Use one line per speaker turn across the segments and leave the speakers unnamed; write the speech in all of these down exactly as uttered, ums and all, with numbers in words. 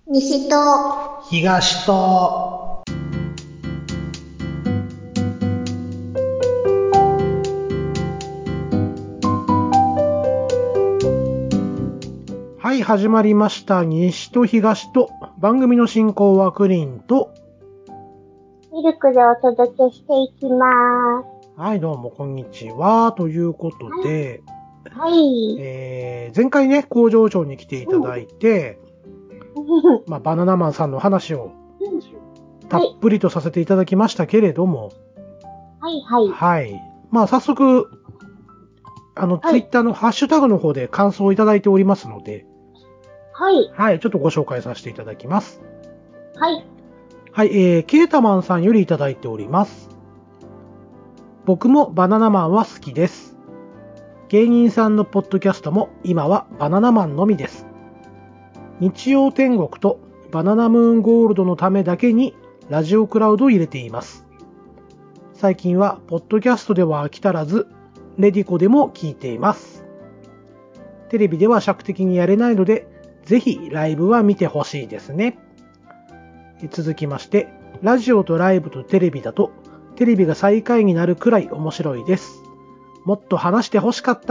西と
東とはい、始まりました。西と東と。番組の進行はクリンと
ミルクでお届けしていきま
はい、どうもこんにちは。ということで、
す。はい。
えー、前回ね、工場長に来ていただいて、まあ、バナナマンさんの話をたっぷりとさせていただきましたけれども、
はいはい。
はい。まあ、早速、あの、
はい
ツイッターのハッシュタグの方で感想をいただいておりますので、
はい。
はい、ちょっとご紹介させていただきます。
はい。
はい、えー、ケータマンさんよりいただいております。僕もバナナマンは好きです。芸人さんのポッドキャストも今はバナナマンのみです。日曜天国とバナナムーンゴールドのためだけにラジオクラウドを入れています。最近はポッドキャストでは飽き足らず、レディコでも聞いています。テレビでは尺的にやれないので、ぜひライブは見てほしいですね。続きまして、ラジオとライブとテレビだと、テレビが最下位になるくらい面白いです。もっと話してほしかった。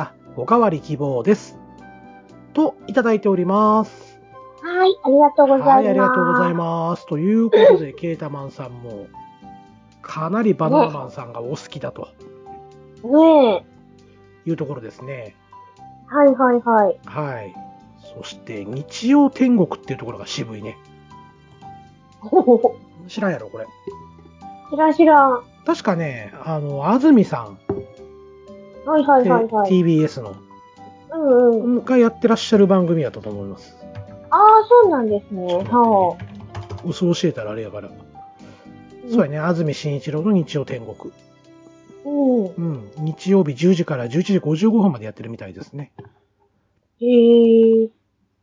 おかわり希望です。と、いただいております。
はい。ありがとうございます。
はい、ありがとうございます。ということで、ケータマンさんも、かなりバナナマンさんがお好きだと
ねえ。
いうところですね。
はいはいはい。
はい。そして、日曜天国っていうところが渋いね。
ほほほ。
知らんやろ、これ。
知らん知らん。
確かね、あの、安住さん
はいはい
で
はいはい。
ティービーエス の
うんうん。
がやってらっしゃる番組やったと思います。
ああ、そうなんですね。
ちょっと
は
待ってね。嘘教えたらあれやから。
あ。
そうやね、安住紳一郎の日曜天国。
うん。
うん。日曜日じゅうじからじゅういちじごじゅうごふんまでやってるみたいですね。
へえ。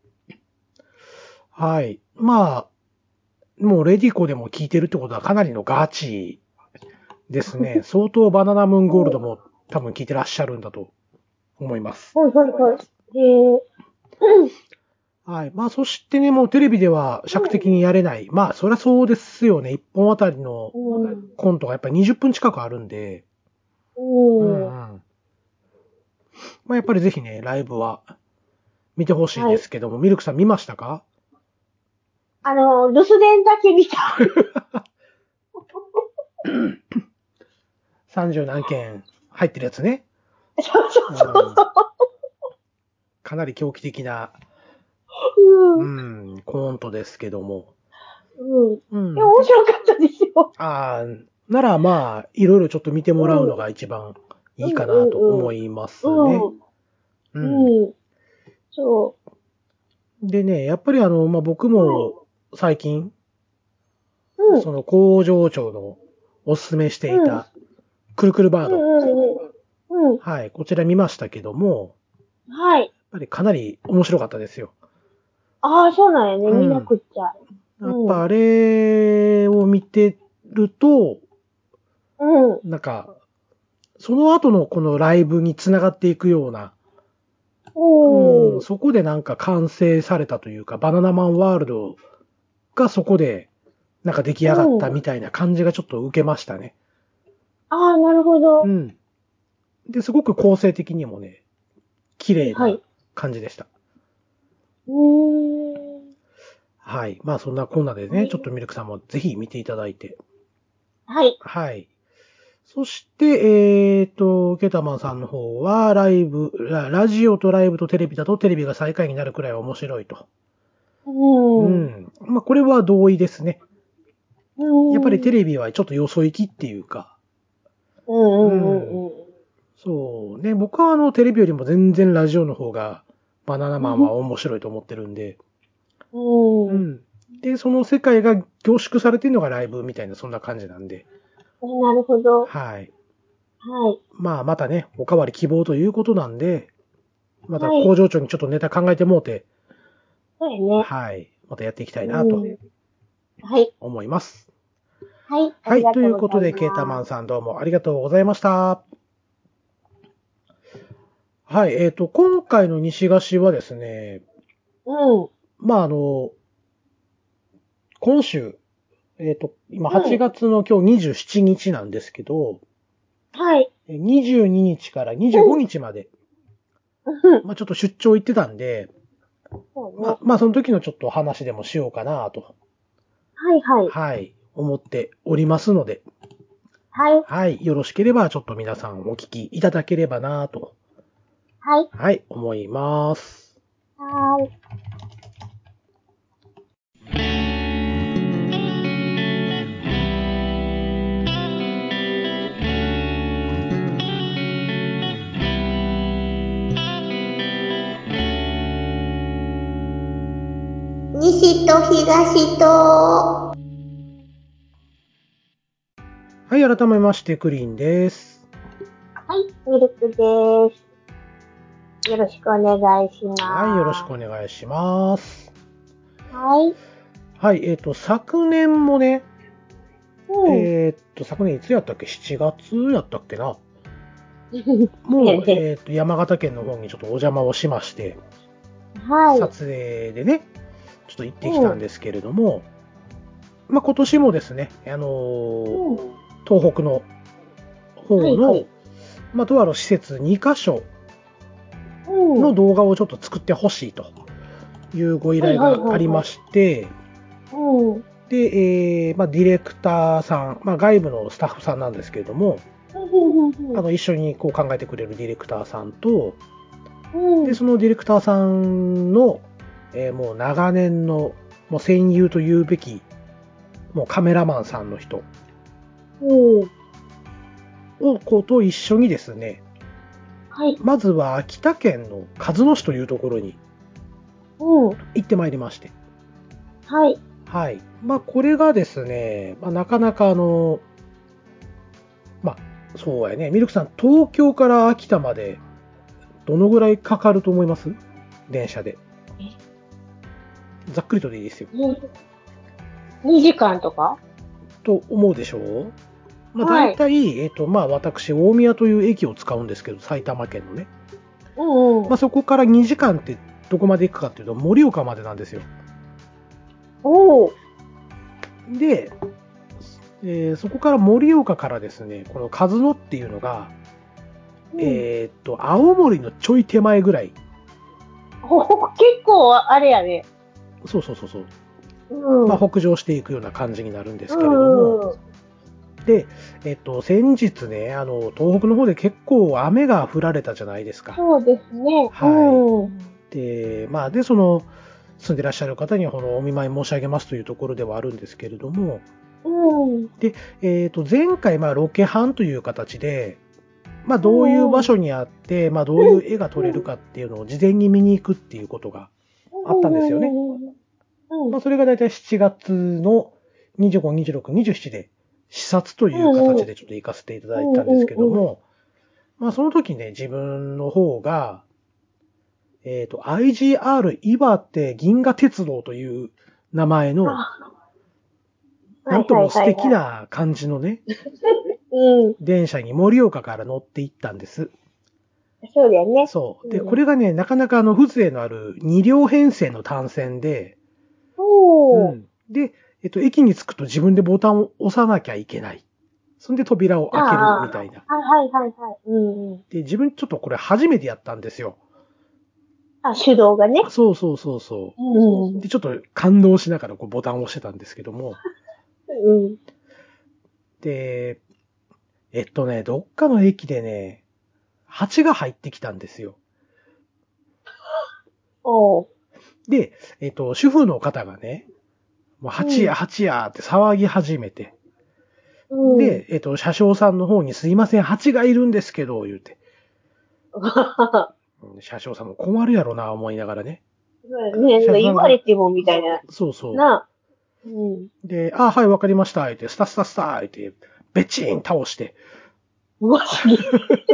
はい。まあ、もうレディコでも聞いてるってことはかなりのガチですね。相当バナナムーンゴールドも多分聞いてらっしゃるんだと思います。
はいはいはい。へえ。
はい。まあ、そしてね、もうテレビでは尺的にやれない。まあ、そりゃそうですよね。いっぽんあたりの
うん。
コントがやっぱりにじゅっぷん近くあるんで。う
うん。
んうん。まあ、やっぱりぜひね、ライブは見てほしいですけども、ミルクさん見ましたか？
あの、留守電だけ見た。
さんじゅう何件入ってるやつね。
そうそうそう
うん
そう。
かなり狂気的な、
うん。
う
うん。
ん、コントですけども。
うん。
うん。
いや、面白かったですよ。
ああ、ならまあ、いろいろちょっと見てもらうのが一番いいかなと思いますね。
うん
うん。
うん。うん。そ
でね、やっぱりあの、まあ、僕
う。はい。
も最近、
うん。
その工場長のおすすめしてい
うん。
た、くるくるバード。
うんうんうん。うん。
はい、こちら見ましたけども、
はい。
やっぱりかなり面白かったですよ。
ああ、そうなんやね。見な
うん。
くっちゃ。
やっ
うん。
ぱあれを見てると、
うん。
なんか、その後のこのライブにつながっていくような、うん、
おー。
そこでなんか完成されたというか、バナナマンワールドがそこでなんか出来上がった
うん。
みたいな感じがちょっと受けましたね。
ああ、なるほど。
うん。で、すごく構成的にもね、綺麗な
はいはい。
感じでした。
うーん。
はい。まあそんなこんなでね、ちょっとミルクさんもぜひ見ていただいて。
はい。
はい。そして、えっと、ケタマンさんの方は、ライブラ、ラジオとライブとテレビだとテレビが最下位になるくらい面白いと。う
うん。
ん。まあこれは同意ですね。やっぱりテ
うん。
レビはちょっとよそ行きっていうか。
うんう
う
ん
ん。
うん
そうね。僕はあのテレビよりも全然ラジオの方がバナナマンは
う
面白いと思ってるんで。
ん。うん。
うん。で、その世界が凝縮されてるのがライブみたいなそんな感じなんで。
なるほど。
はい。
はい。
まあまたね、おかわり希望ということなんで、また
はい。
工場長にちょっとネタ考えてもうて、
そうやね。
はい。またやっていきたいなと
うん。はい。
思います。
はい。あ
はい。
りが
という
とうござい
ことで、ケータマン
ます。
さんどうもありがとうございました。はい。えっと、今回の西菓子はですね、
うん。
まああの、 今週、えっ、と、今はちがつの今日にじゅうしちにちなんですけど、
はい。
にじゅうににちからにじゅうごにちまで、
うん。
まあちょっと出張行ってたんで、
そうね。
まあ、まあその時のちょっと話でもしようかなと、
はいはい。
はい、思っておりますので、
はい。
はい、よろしければちょっと皆さんお聞きいただければなと、
はい。
はい、思います。
はーい。西と東と。は
はい、改めましてクリーンです。
い、ミルクです。よろしくお願いします。
はい、よろしくお願いします。
はい。
はい、えっ、と、昨年もね、
うん。
えっ、と、昨年いつやったっけ ?しちがつやったっけなもう、えっ、と、山形県の方にちょっとお邪魔をしまして、
はい。
撮影でね、ちょっと行ってきたんですけれども、まあ、今年もですね、あのー
うん。
東北の方の、
はいはい。
まあ、とある施設にかしょ
うん。
の動画をちょっと作ってほしいというご依頼
はいはい
がありま
はいはい。
して、
うん。
で、えーまあ、ディレクターさん、まあ、外部のスタッフさんなんですけれども、あの一緒にこう考えてくれるディレクターさんと、
うん。
で、そのディレクターさんの、えーもう長年のもう戦友と言うべき、もうカメラマンさんの人
うん。
をこと一緒にですね、
はい。
まずは秋田県の鹿角市というところに
うん。
行ってまいりまして。
はい。
はい。まあこれがですね、まあ、なかなかあの、まあそうやね、ミルクさん、東京から秋田までどのぐらいかかると思います？電車で。ざっくりとでいいですよ。
にじかんとか。
と思うでしょう？まあ大
はい。
体、えっと、まあ私、大宮という駅を使うんですけど、埼玉県のね。
うんうん。
まあそこからにじかんってどこまで行くかっていうと、盛岡までなんですよ。
おー。
で、えーそこから盛岡からですね、この鹿角っていうのが、
うん。
えーっと、青森のちょい手前ぐらい。
おー、結構あれやね。
そうそうそうそう。
うん。
まあ
うん
北上していくような感じになるんですけれども、
うん。
で、えっと、先日ね、あの、東北の方で結構雨が降られたじゃないですか。
そうですね。
はい。
うん。
で、まあ、で、その、住んでらっしゃる方には、このお見舞い申し上げますというところではあるんですけれども、
うん。
で、えっと、前回、まあ、ロケハンという形で、まあ、
う
どういう場
んうん。
所にあって、まあ、どういう絵が撮れるかっていうのを事前に見に行くっていうことがあったんですよね。まあ、それがだいたいしちがつのにじゅうご、にじゅうろく、にじゅうななで視察という形でちょっと行かせていただいたんですけども、まあ、その時ね、自分の方が、えっと、アイジーアール 岩手銀河鉄道という名前の、なんとも素敵な感じのね、電車に盛岡から乗って行ったんです。
そうだよね。
そう。で、これがね、なかなかあの、風情のあるにりょう編成の単線で、う
おー。
ん。で、えっと、駅に着くと自分でボタンを押さなきゃいけない。そんで扉を
あ
開けるみ
あ、
たいな。
はいはいはいはい。うんうん。
で、自分ちょっとこれ初めてやったんですよ。
あ、手動がね。
そうそうそうそう。
うん。
で、ちょっと感動しながらこうボタンを押してたんですけども。
うん。
で、えっとね、どっかの駅でね、蜂が入ってきたんですよ。
おー。
で、えっと、主婦の方がね、もう蜂や蜂やって騒ぎ始めて。
うん。
で、えっと、車掌さんの方にすいません、蜂がいるんですけど、言うて。車掌さんも困るやろな、思いながらね。
ね、
車掌さんが、
言われてもみたいな。
そうそ
な。うん。
う。で、あ、はい、わかりました、言って、スタスタスタ、言って、ベチーン倒して。
うわ、すげえ。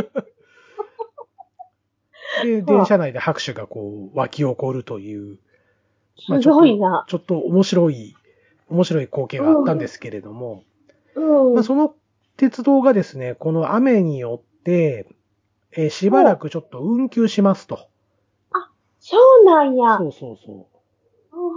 で、電車内で拍手がこう、湧き起こるという、まあ
す
ちょっと、
ごいな。
ちょっと面白い、面白い光景があったんですけれども、
うん。
まあその鉄道がですね、この雨によって、えーしばらくちょっと運休しますと。
あ、そうなんや。
そうそうそ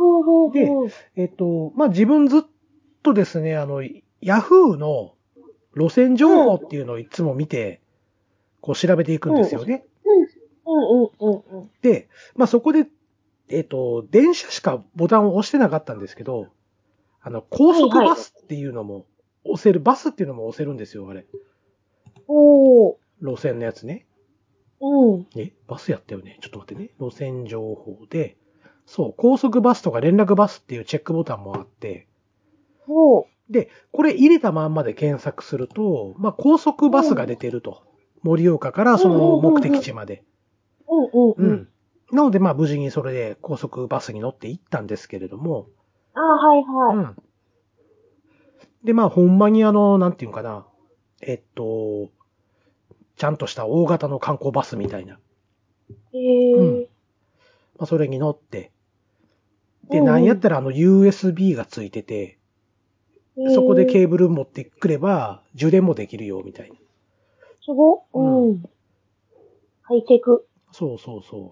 ほうほう
で
ほう。
えっと、まあ、自分ずっとですね、あの、ヤフーの路線情報っていうのをいつも見て、こう調べていくんですよね。
うんうんうんうん。
で、まあ、そこで、えっと、電車しかボタンを押してなかったんですけど、あの、高速バスっていうのも押せる、バスっていうのも押せるんですよ、あれ。
おー。
路線のやつね。
うん。
え、バスやったよね。ちょっと待ってね。路線情報で、そう、高速バスとか連絡バスっていうチェックボタンもあって、
ほう。
で、これ入れたまんまで検索すると、まあ、高速バスが出てると。盛岡からその目的地まで。
うんうん
う
うん。
ん。なので、まあ、無事にそれで高速バスに乗って行ったんですけれども、
ああ、はいはい。
うん。で、まあ、ほんまにあの、なんていうかな、えっと、ちゃんとした大型の観光バスみたいな。
へ
うん。
え。
まあ、それに乗って、で、
うんうん。
なんやったらあの ユーエスビー がついてて、
へ
そこで
え。
ケーブル持ってくれば、充電もできるよ、みたいな。
すご
うん。
うん。ハイテク。
そうそうそう。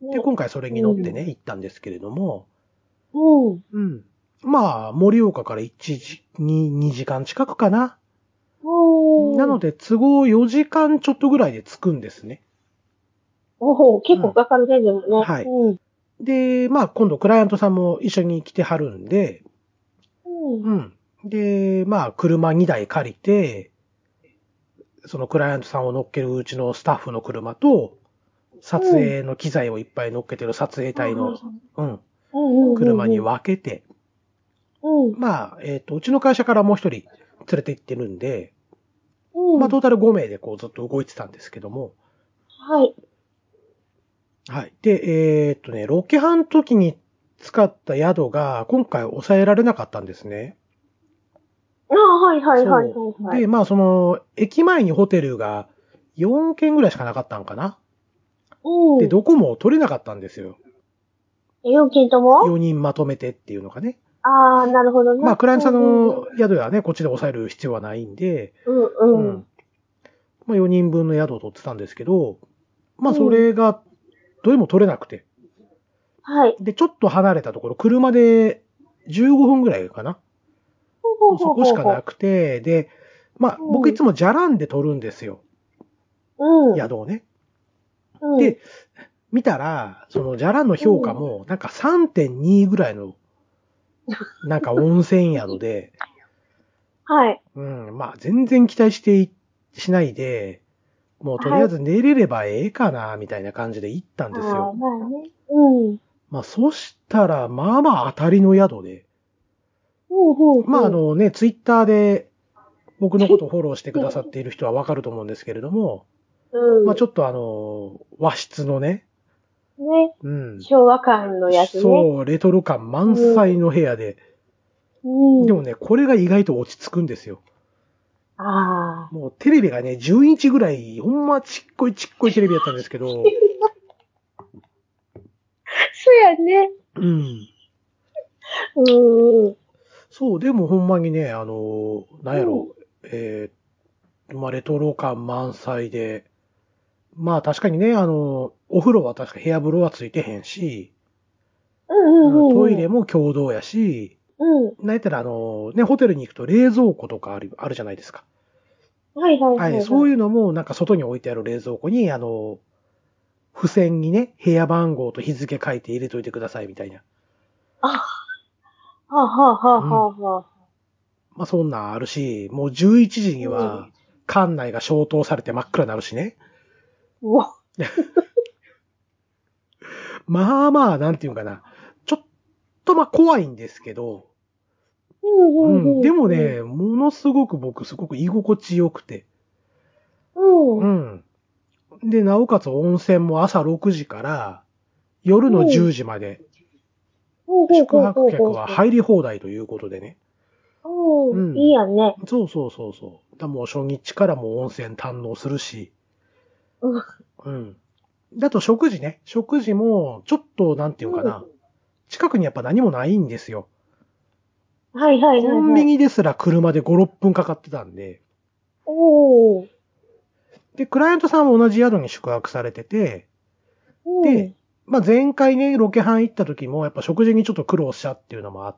で、
ね。
今回それに乗ってね、行ったんですけれども、
うん。
うん。まあ、盛岡からいちじ、に、にじかん近くかな。な
おー。
ので、都合よじかんちょっとぐらいで着くんですね。
おー、結構
うん。
かかるね、でもね。
はい。
うん。
で、まあ、今度クライアントさんも一緒に来てはるんで、
うん。
うん。で、まあ、車にだい借りて、そのクライアントさんを乗っけるうちのスタッフの車と、撮
うん。
影の機材をいっぱい乗っけてる撮影隊の、うん、
うんうん
車に
うんうん。
分けて、
うん。
まあ、えっと、うちの会社からもう一人連れて行ってるんで、まあ、
うん。
トータルご名でこうずっと動いてたんですけども、
はい。
はい。で、えーっとね、ロケハン時に使った宿が今回抑えられなかったんですね。
ああ、はいはいはい
そ
はい
う。
はい。
で、まあ、その、駅前にホテルがよんけんぐらいしかなかったんかな。で、
うん。
どこも取れなかったんですよ。
料金とも
よにんまとめてっていうのがね。
ああ、なるほど
まあ、
な。
クライアントさん
うんうんうん。
の宿はね、こっちで抑える必要はないんで、
うんうん。
うん。まあ、よにんぶんの宿を取ってたんですけど、まあ、そ
うん。
れが、どれも取れなくて。
はい。
で、ちょっと離れたところ、車でじゅうごふんぐらいかな。
ほうほうほう
そこし
ほうほ
かなくて、で、まあ、
う。うん。
僕いつもじゃらんで取るんですよ。
うん。
宿をね。
うん。
で、見たら、そのじゃらんの評価
うん。
も、なんか さんてんに ぐらいの、なんか温泉宿で、
はい。
うん、まあ、全然期待してい、しないで、もうとり
はい。
あえず寝れればええかな、みたいな感じで行ったんですよ。
ああ、まあね。うん。
まあ、そしたら、まあまあ当たりの宿で、
ほうほう
まああ
ほう。
のね、ツイッターで僕のことをフォローしてくださっている人はわかると思うんですけれども、まあちょ
う
っとあの、和室のね、
ん。ね。
うん、
昭和感のやつね。
そう、レトロ感満
うん。
載の部屋で、
うん。
でもね、これが意外と落ち着くんですよ。
ああ。
もうテレビがね、じゅうインチぐらい、ほんまちっこいちっこいテレビだったんですけど、
そうやね。
うん。
うん。
そう、でもほんまにね、あの、なんや
うん。
ろ、えー、まあレトロ感満載で、まあ確かにね、あの、お風呂は確か部屋風呂はついてへんし、
うん
うん、ト
うんうん。
イレも共同やし、
うん。
なんやったらあの、ね、ホテルに行くと冷蔵庫とかある、あるじゃないですか。
はいはい
はい、
はいはい。
そういうのもなんか外に置いてある冷蔵庫に、あの、付箋にね、部屋番号と日付書いて入れといてくださいみたいな。
あ、はあはあはあ
うん。
はあはあ。
まあそんなんあるし、もうじゅういちじに
うん。
は館内が消灯されて真っ暗になるしね。
うわ。
まあまあ、なんていうかな。ちょっとまあ怖いんですけど、
うん
うん。
うんうん
でもね、ものすごく僕すごく居心地よくて。
うん。うん。
うん。で、なおかつ温泉も朝ろくじから夜の10
うん。
時まで
ほうほう
宿
ほうほう
泊客
ほうほう。
は入り放題ということでね。
うん。いい
うん。
やんね。
そうそうそうそう。だもう初日からもう温泉堪能するし。
うん。
うん。だと食事ね。食事もちょっとなんていうかな。近くにやっぱ何もないんですよ。
はいはい
コンビ
はいはい。
ニですら車でご、ろっぷんかかってたんで。
おー。
で、クライアントさんも同じ宿に宿泊されてて、で、
うん。
まあ前回ね、ロケハン行った時もやっぱ食事にちょっと苦労したっていうのもあって、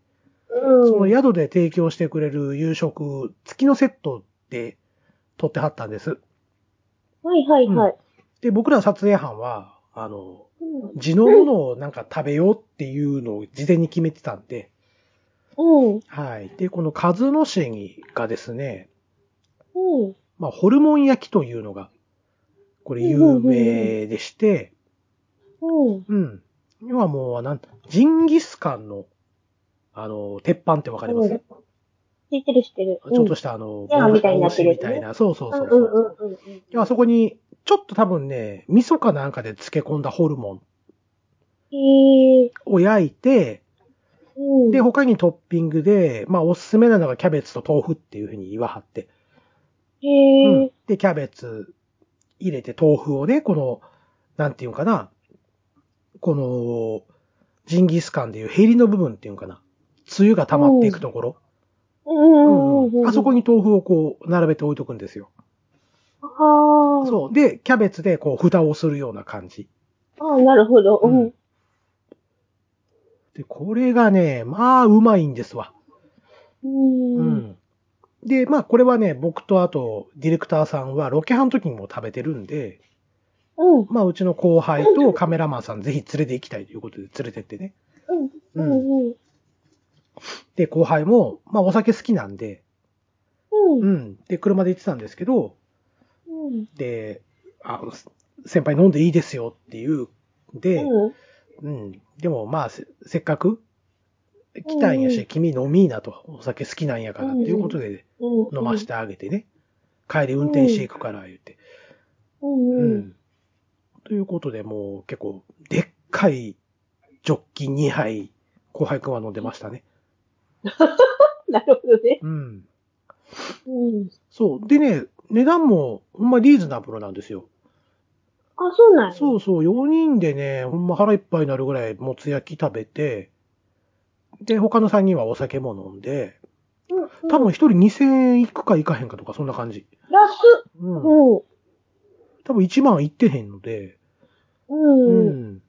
うん。
その宿で提供してくれる夕食付きのセットで取ってはったんです。
はいはいはい。
で、僕ら撮影班は、あの、
うん。
地のものをなんか食べようっていうのを事前に決めてたんで、
うん。
はい。で、このカズノシギがですね、
うん。
まあ、ホルモン焼きというのが、これ有名でして、
うん。
うん。要はもう、なん、ジンギスカンの、あの、鉄板ってわかります？
うん。知ってる知ってる。うん。
ちょっとしたあの、
ヤーみたいにな
帽
ってるやつね。
子みたいな、そうそう
うん
そうそう。
うんうんうんうん。
要はそこに、ちょっと多分ね、味噌かなんかで漬け込んだホルモン
へえ。
を焼いて、
うん。
で、他にトッピングで、まあ、おすすめなのがキャベツと豆腐っていうふうに言わはって。
へ
うん。
え。
で、キャベツ入れて豆腐をね、この、なんていうかな、この、ジンギスカンでいうヘリの部分っていうかな、つゆが溜まっていくところ。
うんう
うんうん。
んうんうん。
あそこに豆腐をこう、並べて置いとくんですよ。
は
そう。で、キャベツでこう、蓋をするような感じ。
あ。ああ、なるほど。
う
うん。
ん。で、これがね、まあ、うまいんですわ。
う
う
ん。
ん。で、まあ、これはね、僕とあと、ディレクターさんはロケハンの時にも食べてるんで、
うん。
まあ、うちの後輩とカメラマンさんぜひ連れて行きたいということで連れてってね。
うん。
う。
うんん。
で、後輩も、まあ、お酒好きなんで、
うん。
うん。で、車で行ってたんですけど、
うん。
で、あ、先輩飲んでいいですよっていう。で、
うん。
うん。でも、まあ、せせっかく来たんやし、
うん。
君飲みーなと。お酒好きなんやからっていう
うん。
ことで飲ま
うん。
してあげてね。帰り運転して
うん。
いくから言って。
うん。うん。
うん。ということで、もう結構、でっかいジョッキにはい後輩くんは飲んでましたね。
なるほどね。
うん。
うん。
そう。でね、値段もほんまリーズナブルなんですよ。
あ、そうなんや。
そうそう、よにんでね、ほんま腹いっぱいになるぐらいもつ焼き食べて、で、他のさんにんはお酒も飲んで、
うん
多分
うん。
一人にせんえんいくかいかへんかとか、そんな感じ。
安っ。
うん。
うん。
多分いちまんいってへんので、う
うん。
ん。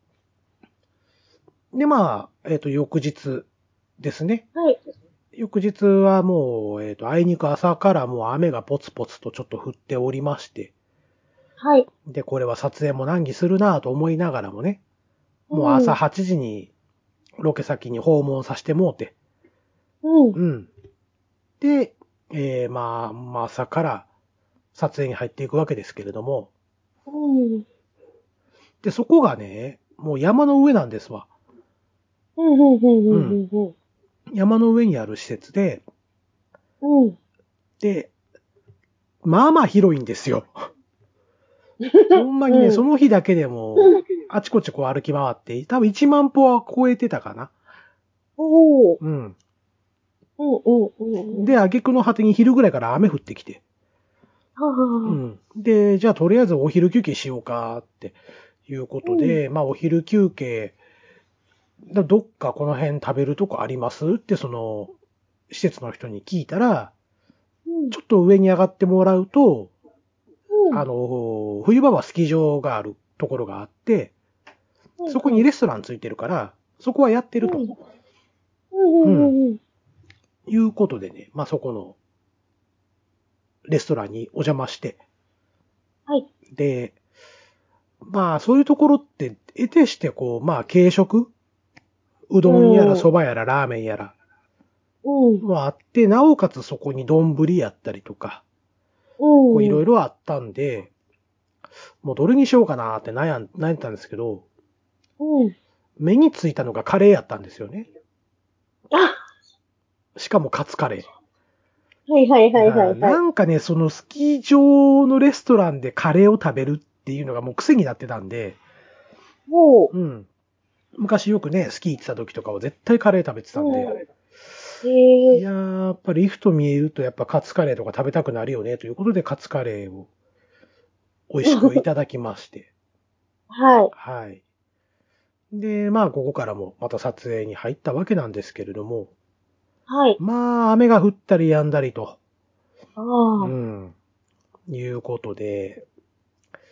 で、まあ、えっと、翌日ですね。
はい。
翌日はもう、えっと、あいにく朝からもう雨がポツポツとちょっと降っておりまして、
はい。
で、これは撮影も難儀するなぁと思いながらもね、もう
うん。
朝はちじにロケ先に訪問させてもうて、
うん。
うん。で、えー、まあ、まあ朝から撮影に入っていくわけですけれども、
うん。
で、そこがね、もう山の上なんですわ。
うん。うん。うん。
うん。
うん。
山の上にある施設で、
うん。
で、まあまあ広いんですよ。ほんまにね、その日だけでも、あちこちこう歩き回って、多分いちまん歩は超えてたかな。
おー。
うん。
うん。うん。うん。
で、挙句の果てに昼ぐらいから雨降ってきて。
はあ。
うん。で、じゃあとりあえずお昼休憩しようかっていうことで、まあお昼休憩、どっかこの辺食べるとこありますってその、施設の人に聞いたら、
うん。
ちょっと上に上がってもらうと、
うん。
あの、冬場はスキー場があるところがあって、そこにレストランついてるから、そこはやってると。
うん。
うん。
うん。
いうことでね、まあそこのレストランにお邪魔して。
はい。
で、まあそういうところって、得てしてこう、まあ軽食うどんやら蕎麦やらラーメンやら、
うん。
もあって、なおかつそこに丼やったりとか、こういろいろあったんで、もうどれにしようかなって悩ん、悩んでたんですけど、
うん。
目についたのがカレーやったんですよね。
あ、
しかもカツカレー。
はいはいはいはいはい。
なんかね、そのスキー場のレストランでカレーを食べるっていうのがもう癖になってたんで、
も
うん。昔よくね、スキー行ってた時とかは絶対カレー食べてたんで、
うん。へえ。
いやー、やっぱりリフト見えるとやっぱカツカレーとか食べたくなるよね、ということでカツカレーを美味しくいただきまして。
はい。
はい。で、まあ、ここからもまた撮影に入ったわけなんですけれども、
はい。
まあ、雨が降ったり止んだりと、
ああ。
うん、いうことで、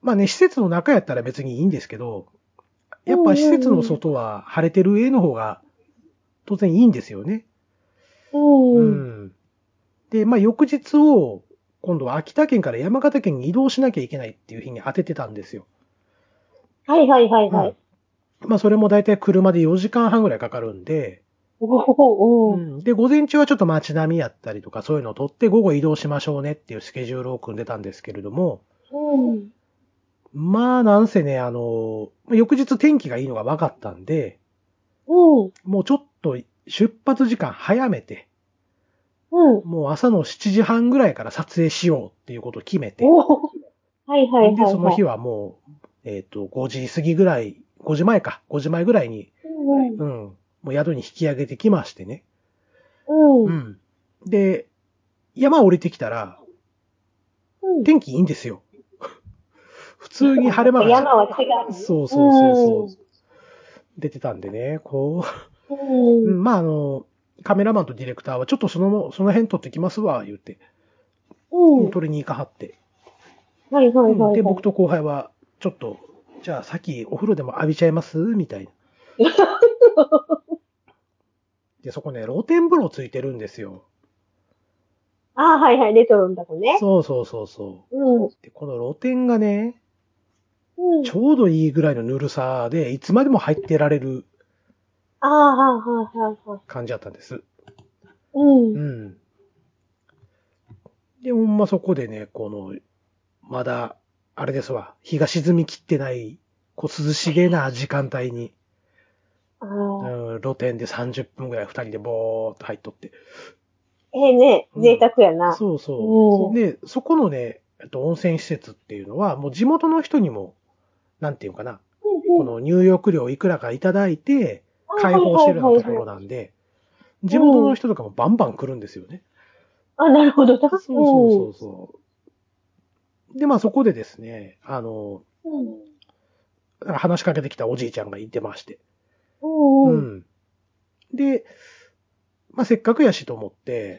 まあね、施設の中やったら別にいいんですけど、やっぱ施設の外は晴れてる絵の方が当然いいんですよね。
うん。
う
うん。
ん。で、まあ翌日を今度は秋田県から山形県に移動しなきゃいけないっていう日に当ててたんですよ。
はいはいはいはい。
うん。まあそれもだいたい車でよじかんはんぐらいかかるんで、
おお、うん。
うん。で、午前中はちょっと街並みやったりとかそういうのを取って午後移動しましょうねっていうスケジュールを組んでたんですけれども、
うん。
まあなんせね、あの、翌日天気がいいのが分かったんで、
うん。
もうちょっと出発時間早めて、
うん。
もう朝のしちじはんぐらいから撮影しようっていうことを決めて、
おお。はいはい
で、
はいはい。
その日はもう、えっと、ごじ過ぎぐらい、ごじまえか、ごじまえぐらいに、
うん
うん、もう宿に引き上げてきましてね。
うん。うん。
うん。で、山降りてきたら、
うん。
天気いいんですよ。普通に晴れ間が、
山は違うね。
そうそうそうそう、
うん。
出てたんでね、こ
う
う、う
ん。
ん、まああの、カメラマンとディレクターはちょっとその、その辺撮ってきますわ、言って、
うん。
撮りに行かはって。
はいはい
うん。で、
はいはい。
僕と後輩は、ちょっと、じゃあ先お風呂でも浴びちゃいますみたいな。で、そこね、露天風呂ついてるんですよ。
ああ、はいはい、レトロのとこね。
そうそうそうそ
うん。
う。で、この露天がね、
うん。
ちょうどいいぐらいのぬるさで、いつまでも入ってられる
ああ、はいはいはいはい。
感じだったんです。
うん。
うん。で、ほんまそこでね、この、まだ、あれですわ、日が沈みきってない、こう涼しげな時間帯に、
あ
う
あ。
ん、露天でさんじゅっぷんぐらい二人でぼーっと入っとって。
ええね、贅
うん。
沢やな。
そうそ
うん。
う。で、そこのね、えっと、温泉施設っていうのは、もう地元の人にも、なんていうかな、
うんうん。
この入浴料いくらかいただいて、
ああ、
開
はいはい
放してるようなところ
はいはい。
なんで、地元
うん。
の人とかもバンバン来るんですよね。
あ、なるほどな。
そうそう
うん。
そうそう。で、まあそこでですね、あの、
うん。
話しかけてきたおじいちゃんがいてまして。
うんうん。
うん。で、まあせっかくやしと思って、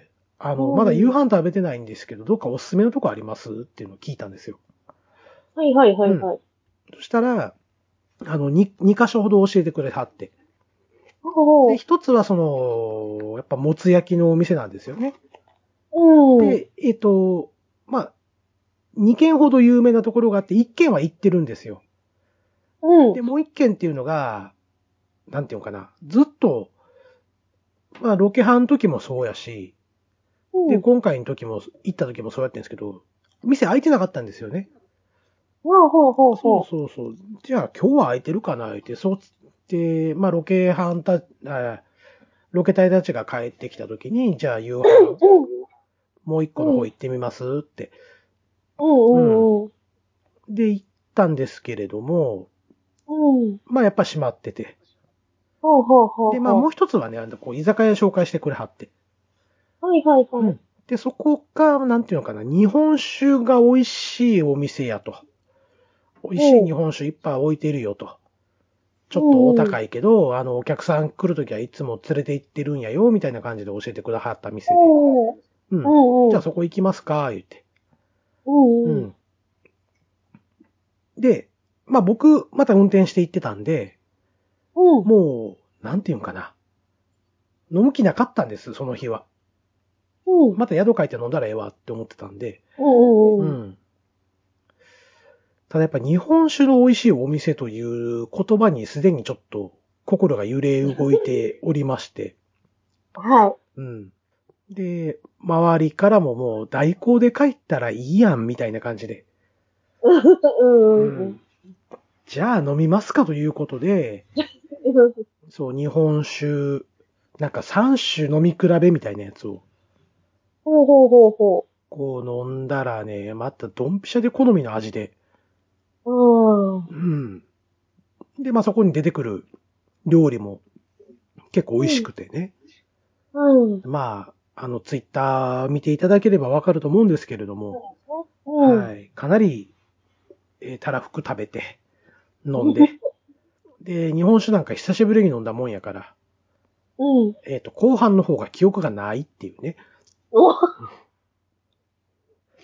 あの、まだ夕
うん。
飯食べてないんですけど、どっかおすすめのとこありますっていうのを聞いたんですよ。
はいはいは
うん。
いはい。
そしたら、あの、に、二箇所ほど教えてくれはって。で、
おお。
一つはその、やっぱもつ焼きのお店なんですよね。
うん。
で、えっと、まあ、二軒ほど有名なところがあって、一軒は行ってるんですよ。
うん。
で、もう一軒っていうのが、なんていうのかな、ずっと、まあ、ロケハンの時もそうやし、で、
うん。
今回の時も、行った時もそうやってんですけど、店開いてなかったんですよね。
ほうほうほう
そう
ほ
そうそう。じゃあ今日は空いてるかなって、そうつって、まあロケハンた、あロケ隊たちが帰ってきた時に、じゃあ夕飯、
う。うん。
もう一個の方行ってみますって。
うん
うん。
うんうん。
で、行ったんですけれども、
うん。
まあやっぱ閉まってて。
ほうほうほう
で、まあも
ほ
う一つはね、あの、こう、居酒屋紹介してくれはって。
う。はいはいはい。
うん。で、そこが、なんていうのかな、日本酒が美味しいお店やと。美味しい
うん。
日本酒いっぱい置いてるよと。ちょっとお
うんうん。
高いけど、あの、お客さん来るときはいつも連れて行ってるんやよ、みたいな感じで教えてくださった店で。
おー。
う
う
ん。
んうん。
じゃあそこ行きますか、言って。
うんうん。
うん。で、まあ僕、また運転して行ってたんで、
うん。
もう、なんていうんかな。飲む気なかったんです、その日は。
うん。
また宿帰って飲んだらええわって思ってたんで。
うんうんうん。
うん。ただやっぱ日本酒の美味しいお店という言葉にすでにちょっと心が揺れ動いておりまして。
は
うん。で、周りからももう代行で帰ったらいいやんみたいな感じで。
い。うんうんうん。
うん。じゃあ飲みますかということで、そう、日本酒、なんかさん種飲み比べみたいなやつを、
ほうほうほうほ
こう飲んだらね、またドンピシャで好みの味で。
う。うん。
うん。で、まあそこに出てくる料理も結構美味しくてね。
うん。
まあ、あの、ツイッター見ていただければわかると思うんですけれども、
うん。
はい。かなり、えーたらふく食べて、飲んで。で、日本酒なんか久しぶりに飲んだもんやから、
うん。
えっと、後半の方が記憶がないっていうね。
お、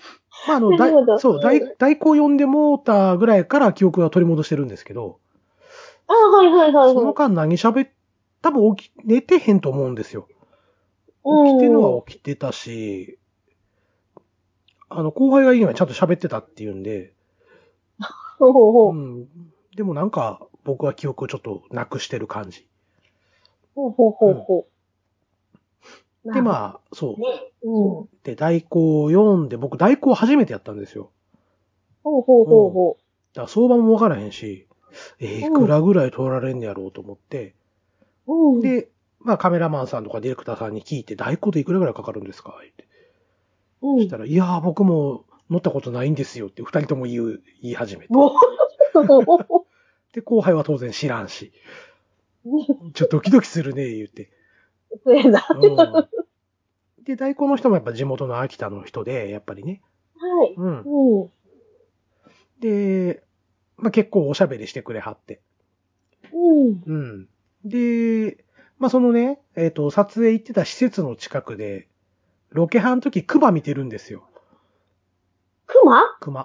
まあ、あの、
なるほど
そう、大、大行読んでもうたぐらいから記憶は取り戻してるんですけど、
あ、はいはいはい
その
はい。
間何喋っ、多分起き、寝てへんと思うんですよ。
うん。
起きてるのは起きてたし、あの、後輩がいいのはちゃんと喋ってたっていうんで、
ほうほうほう。
うん。でもなんか、僕は記憶をちょっとなくしてる感じ。
ほうほうほうほう。
で、
あ。
まあ、そう。
ね。うん。
で、代行を読んで、僕代行初めてやったんですよ。
ほうほうほうほ
だから相場もわからへんし、えー、いくらぐらい取られんねやろうと思って、
う。うん。
で、まあカメラマンさんとかディレクターさんに聞いて、代行でいくらぐらいかかるんですかって。
うん。
そしたら、いやー僕も乗ったことないんですよって二人とも言う、言い始めて。
もう。
で、後輩は当然知らんし、ちょっとドキドキするね、言って。
そうやな。は
うん。で、代行の人もやっぱ地元の秋田の人で、やっぱりね。
い。
うん。
うん。
で、まあ結構おしゃべりしてくれはって。
うん。
うん。で、まあそのね、えっ、と、撮影行ってた施設の近くで、ロケハンの時熊見てるんですよ。
熊
熊。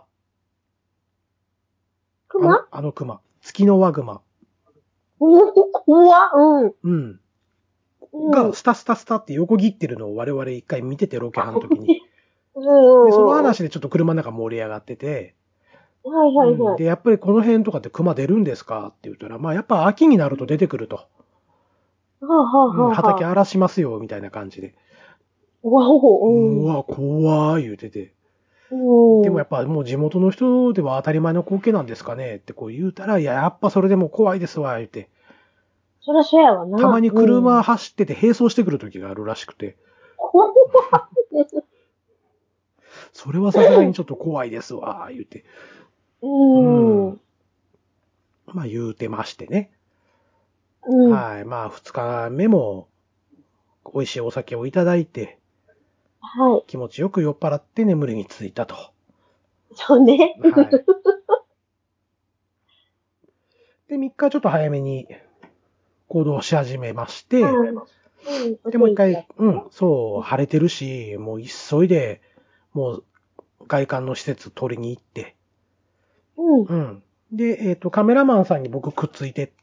あの、
熊
あの熊。月の輪熊。
うわ、うん。
うん。
うん。
が、スタスタスタって横切ってるのを我々一回見てて、ロケハンの時に。
うん。
で、その話でちょっと車の中盛り上がってて、
はいはい
うん。
はい。
で、やっぱりこの辺とかって熊出るんですかって言ったら、まあやっぱ秋になると出てくると。
はあはあ
うん、
はあ
畑
はあ。
荒らしますよ、みたいな感じで。
わお、うん。
うわ、怖ー言うてて。
うん。
でもやっぱもう地元の人では当たり前の光景なんですかねってこう言うたら、いや、やっぱそれでも怖いですわ、言うて。
そりゃそうやわな。
たまに
うん。
車走ってて並走してくる時があるらしくて、
怖いです。
それはさすがにちょっと怖いですわ、言うて。
うん。うん。
まあ言うてましてね。
うん。
はい。まあ二日目も美味しいお酒をいただいて、
はい。
気持ちよく酔っ払って眠りについたと。
そうね。
はい。で、みっかちょっと早めに行動し始めまして、
うん。うん。
で、もう一回、う
ね。
ん、そう、晴れてるし、もう急いで、もう外観の施設取りに行って、
うん。
うん。で、えっ、と、カメラマンさんに僕くっついてって、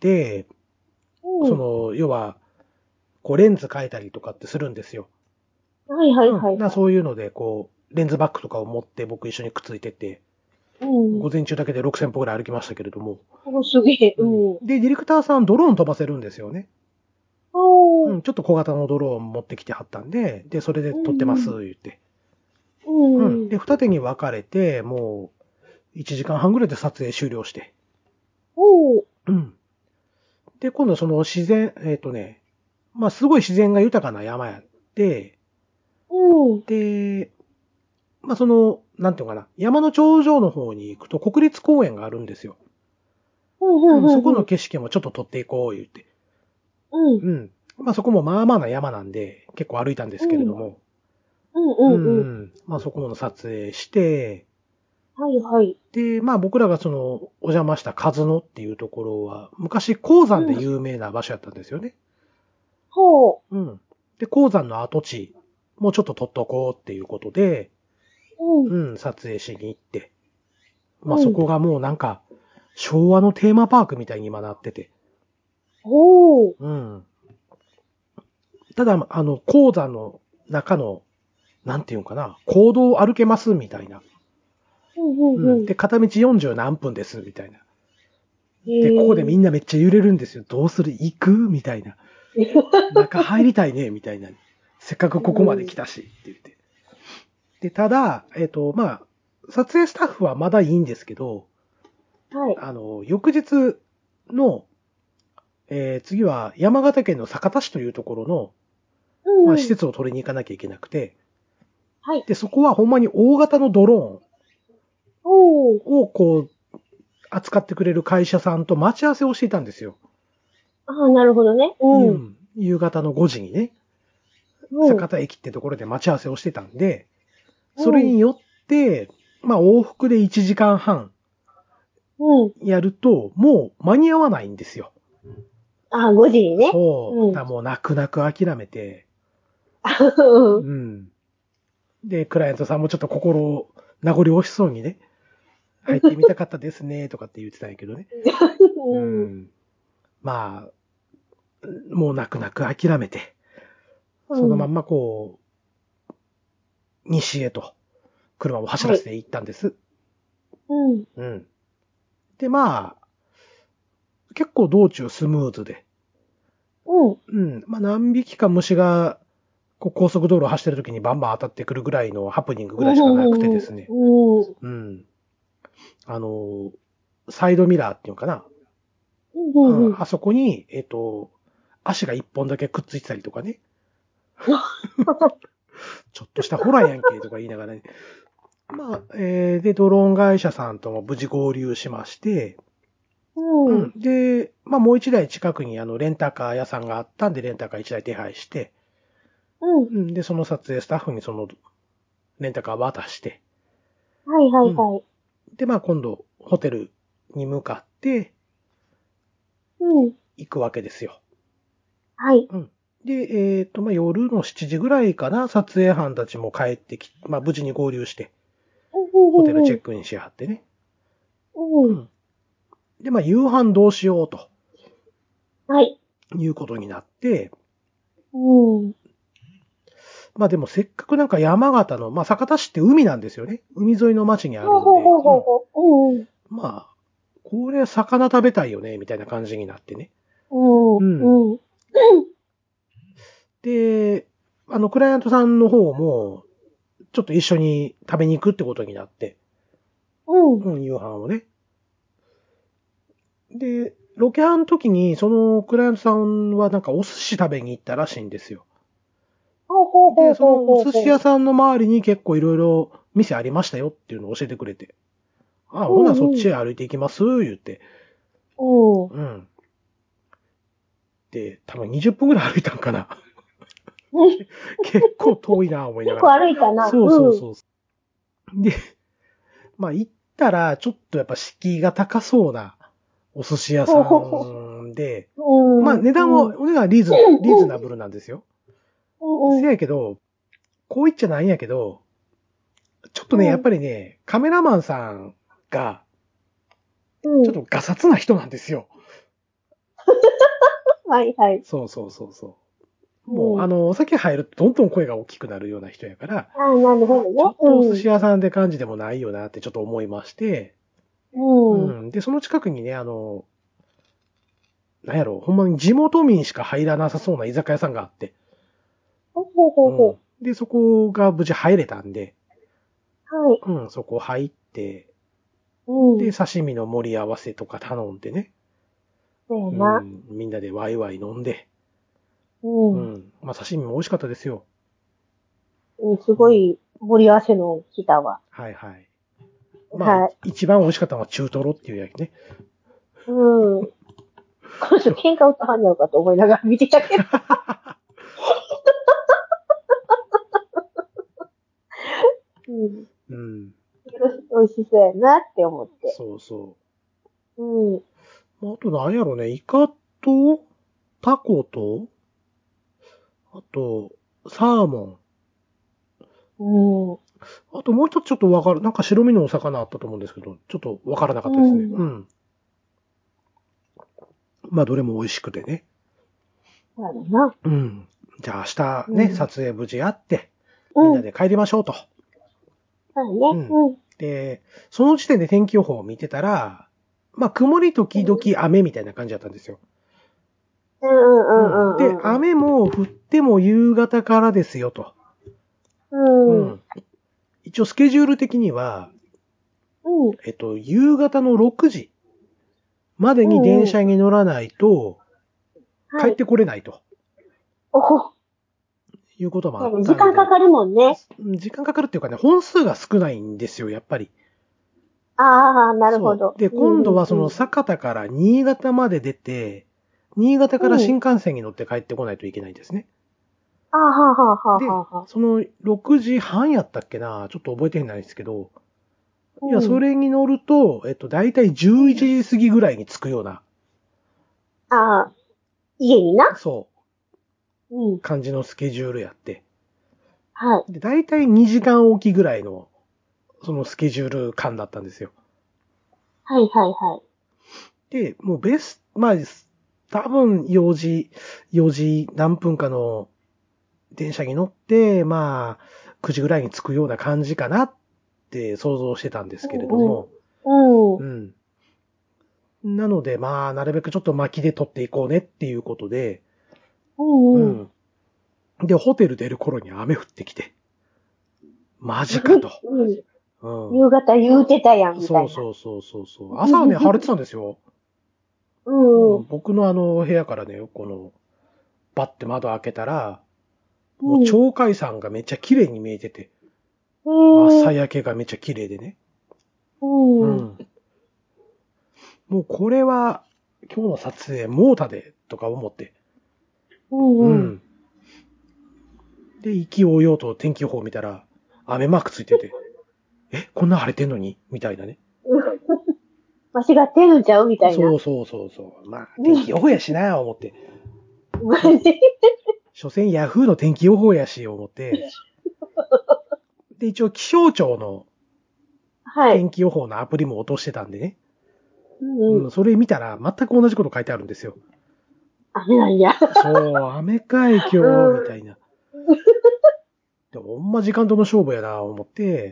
うん。
その、要は、こう、レンズ変えたりとかってするんですよ。
はいはい
うん。
はいはい。
だそういうので、こう、レンズバッグとかを持って僕一緒にくっついてって、
うん。
午前中だけでろくせん歩ぐらい歩きましたけれども。
お、すげえ。
う
うん。
ん。で、ディレクターさんドローン飛ばせるんですよね。
おー。
うん。ちょっと小型のドローン持ってきてはったんで、で、それで撮ってます、言って。
うん。
う。
うんん。
で、二手に分かれて、もう、いちじかんはんぐらいで撮影終了して。
おー。
うん。で、今度その自然、えっ、とね、まあ、すごい自然が豊かな山やって、
うん。
で、まあ、その、なんていうのかな、山の頂上の方に行くと国立公園があるんですよ。
うん。うん。
うん、そこ
うん。
の景色もちょっと撮っていこう、言って。
うん。
うん。まあ、そこもまあまあな山なんで、結構歩いたんですけれども。
うん。
うん、
うん。うん。
うん。まあ、そこの撮影して、
はいはい。
で、まあ僕らがその、お邪魔したカズノっていうところは、昔鉱山で有名な場所やったんですよね。
ほ
うん。で、鉱山の跡地、もうちょっと撮っとこうっていうことで、
う。うん。
うん、撮影しに行って。まあ
うん。
そこがもうなんか、昭和のテーマパークみたいに今なってて。
ほう。
うん。ただ、あの、鉱山の中の、なんていうのかな、行動を歩けますみたいな。
うん。うん。
うん。
うん。
で、片道よんじゅう何分ですみたいな。で、ここでみん
な。
なめっちゃ揺れるんですよ。どうする行くみたいな。中入りたいねみたいな。せっかくここまで来たし、って言って。で、ただ、えっ、と、まあ、撮影スタッフはまだいいんですけど、
はい。
あの、翌日の、えー次は山形県の酒田市というところの、
うん。
まあ、施設を取りに行かなきゃいけなくて、
はい。
で、そこはほんまに大型のドロ
おー。
ーンをこう、扱ってくれる会社さんと待ち合わせをしていたんですよ。
ああ、なるほどね。うん。
うん。夕方のごじにね、
うん。
酒田駅ってところで待ち合わせをしてたんで、それ
うん。
によって、まあ往復でいちじかんはん
うん。
やると、もう間に合わないんですよ。
ああ、ごじにね。
そう。
うん。
だからもう泣く泣く諦めて、
うん。
うん。で、クライアントさんもちょっと心名残惜しそうにね、入ってみたかったですね、とかって言ってたんやけどね。うん、まあ、もう泣く泣く諦めて、そのまんまこう、西へと車を走らせて行ったんです。
うん。
うん。で、まあ、結構道中スムーズで。
うん。
うん。まあ何匹か虫が、こう高速道路を走ってる時にバンバン当たってくるぐらいのハプニングぐらいしかなくてですね。
うん。
うん。あの、サイドミラーっていうのかな。
うん。うん。
あそこに、えっと、足が一本だけくっついてたりとかね。ちょっとしたホラーやんけとか言いながらね。まあ、えー、で、ドローン会社さんとも無事合流しまして、
うん。
うん。で、まあもう一台近くにあのレンタカー屋さんがあったんで、レンタカー一台手配して、
うん。
うん。で、その撮影スタッフにそのレンタカー渡して、
はいはい
うん。
はい。
で、まあ今度ホテルに向かって
うん。
行くわけですよ。
はい。
うん。で、えっと、まあ夜のしちじぐらいかな、撮影班たちも帰ってき、まあ無事に合流して、ホテルチェックインしはってね。
うん。うん。
うん。で、まあ夕飯どうしようと。
はい。
いうことになって、
うん。
まあでもせっかくなんか山形の、まあ酒田市って海なんですよね。海沿いの町にあるんで、
ほうほうほうほうほう。うん。
まあ、これ魚食べたいよね、みたいな感じになってね。
うん。
うん。
うん。
で、あの、クライアントさんの方も、ちょっと一緒に食べに行くってことになって、
うん。
うん、夕飯をね。で、ロケハンの時に、そのクライアントさんはなんかお寿司食べに行ったらしいんですよ。
ほうほうほ
で、
うほう
そのお
ほうほう。
寿司屋さんの周りに結構いろいろ店ありましたよっていうのを教えてくれて。あ、ほなそっ
うん。
ちへ歩いていきます、言って。
うん。
うん。で、多分にじゅっぷんぐらい歩いたんかな。結構遠いな、思いな
結構
がら。
歩いたな。
そうそう
うん。
そう。で、まあ行ったら、ちょっとやっぱ敷居が高そうなお寿司屋さ
ほうほうほ
んで、
う。うん。
まあ値段も、
うん。
お値段リーズ、リーズナブルなんですよ。
うん。
せやけど、こう言っちゃないんやけど、ちょっとね、やっ
うん。
ぱりね、カメラマンさんが、
うん。
ちょっとガサツな人なんですよ。
はいはい。
そうそうそうそう。もう、
うん。
あの、お酒入るとどんどん声が大きくなるような人やから、
ああ、なるほどね。
ちょっとお寿
うん。
司屋さんって感じでもないよなってちょっと思いまして、う
うん。
ん。で、その近くにね、あの、なんやろ、ほんまに地元民しか入らなさそうな居酒屋さんがあって、
ほうほうほうほ
うん。で、そこが無事入れたんで、
う。はい。
うん、そこ入って、
うん。
で、刺身の盛り合わせとか頼んでね、う
そうやな。
ん、みんなでワイワイ飲んで、
うん。
うん。まあ、刺身も美味しかったですよ。
うん、す
うん。
ごい盛り合わせの来たわ。
はいはい。まあ、い
はい。
一番美味しかったのは中トロっていうやつね。
うん。この人喧嘩打ったはんやろかと思いながら見てたけど。うん。
うん。
美味しそうやなって思って。
そうそ
うん。
う。まあ、あとなんやろね、イカと、タコと、あと、サーモ
うん。
ン。あともう一つちょっとわかる、なんか白身のお魚あったと思うんですけど、ちょっとわからなかったですね。
うん。
うん。まあ、どれも美味しくてね。
そうやな。
うん。じゃあ明日ね、
うん。
撮影無事あって、みん
うん。
なで帰りましょうと。
そうやね。
うん。
うん。
で、その時点で天気予報を見てたら、まあ、曇り時々雨みたいな感じだったんですよ。
うんうんう
うん。で、
んうんうん。
雨も降っても夕方からですよと。
うん。うん。
うん。一応スケジュール的には、
うん。
えっと、夕方のろくじまでに電
うん。
車に乗らないと
はい。
帰ってこれないと
おほ。
いうこともあっ
そうやね、時
たんで、
間かかるもんね。
時間かかるっていうかね、本数が少ないんですよ、やっぱり。
ああ、なるほ
そ
ど。
う。で、
うん
今度はその
うんうん。
酒田から新潟まで出て、新潟から
うん。
新幹線に乗って帰ってこないといけないんですね。
ああ、はあはあはあ
で、
はあはあ。
そのろくじはんやったっけな、ちょっと覚えてないですけど、いや、
うん。
それに乗ると、えっと、だいたいじゅういちじ過ぎぐらいに着くような、
ああ、家にな。
そ
うん。
う、感じのスケジュールやって。
はい。
で、だいたいにじかんおきぐらいのそのスケジュール感だったんですよ。
はいはいはい。
で、もうベス、まあ、多分よじ、よじ何分かの電車に乗って、まあ、くじぐらいに着くような感じかなって想像してたんですけれども。
うん。
うん。なので、まあ、なるべくちょっと巻きで撮っていこうねっていうことで、
うんうん。
うん。で、ホテル出る頃に雨降ってきて、マジかと。
うん。
うん。
夕方言うてたやん、みたいな。
そうそうそうそう。朝はね、晴れてたんですよ。
うん。
うん、僕のあの部屋からね、この、バッて窓開けたら、もう
うん。
鳥海山がめっちゃ綺麗に見えてて、
へー
朝焼けがめっちゃ綺麗でね。
う。
うんん。もうこれは、今日の撮影、モータで、とか思って。
うん
う
うん。
ん。で、意気揚々と天気予報見たら、雨マークついてて、え、こんな晴れてんのにみたいなね。
間違ってるんちゃうみたいな。
そうそうそうそう。まあ、天気予報やしな、思って。
マジ
所詮ヤフーの天気予報やし、思って。で、一応気象庁の
はい。
天気予報のアプリも落としてたんでね。
うんうん。
うん、それ見たら全く同じこと書いてあるんですよ。
雨なんや。
そう、雨かい今日、みたいな。でも、ほんま時間との勝負やな、思って。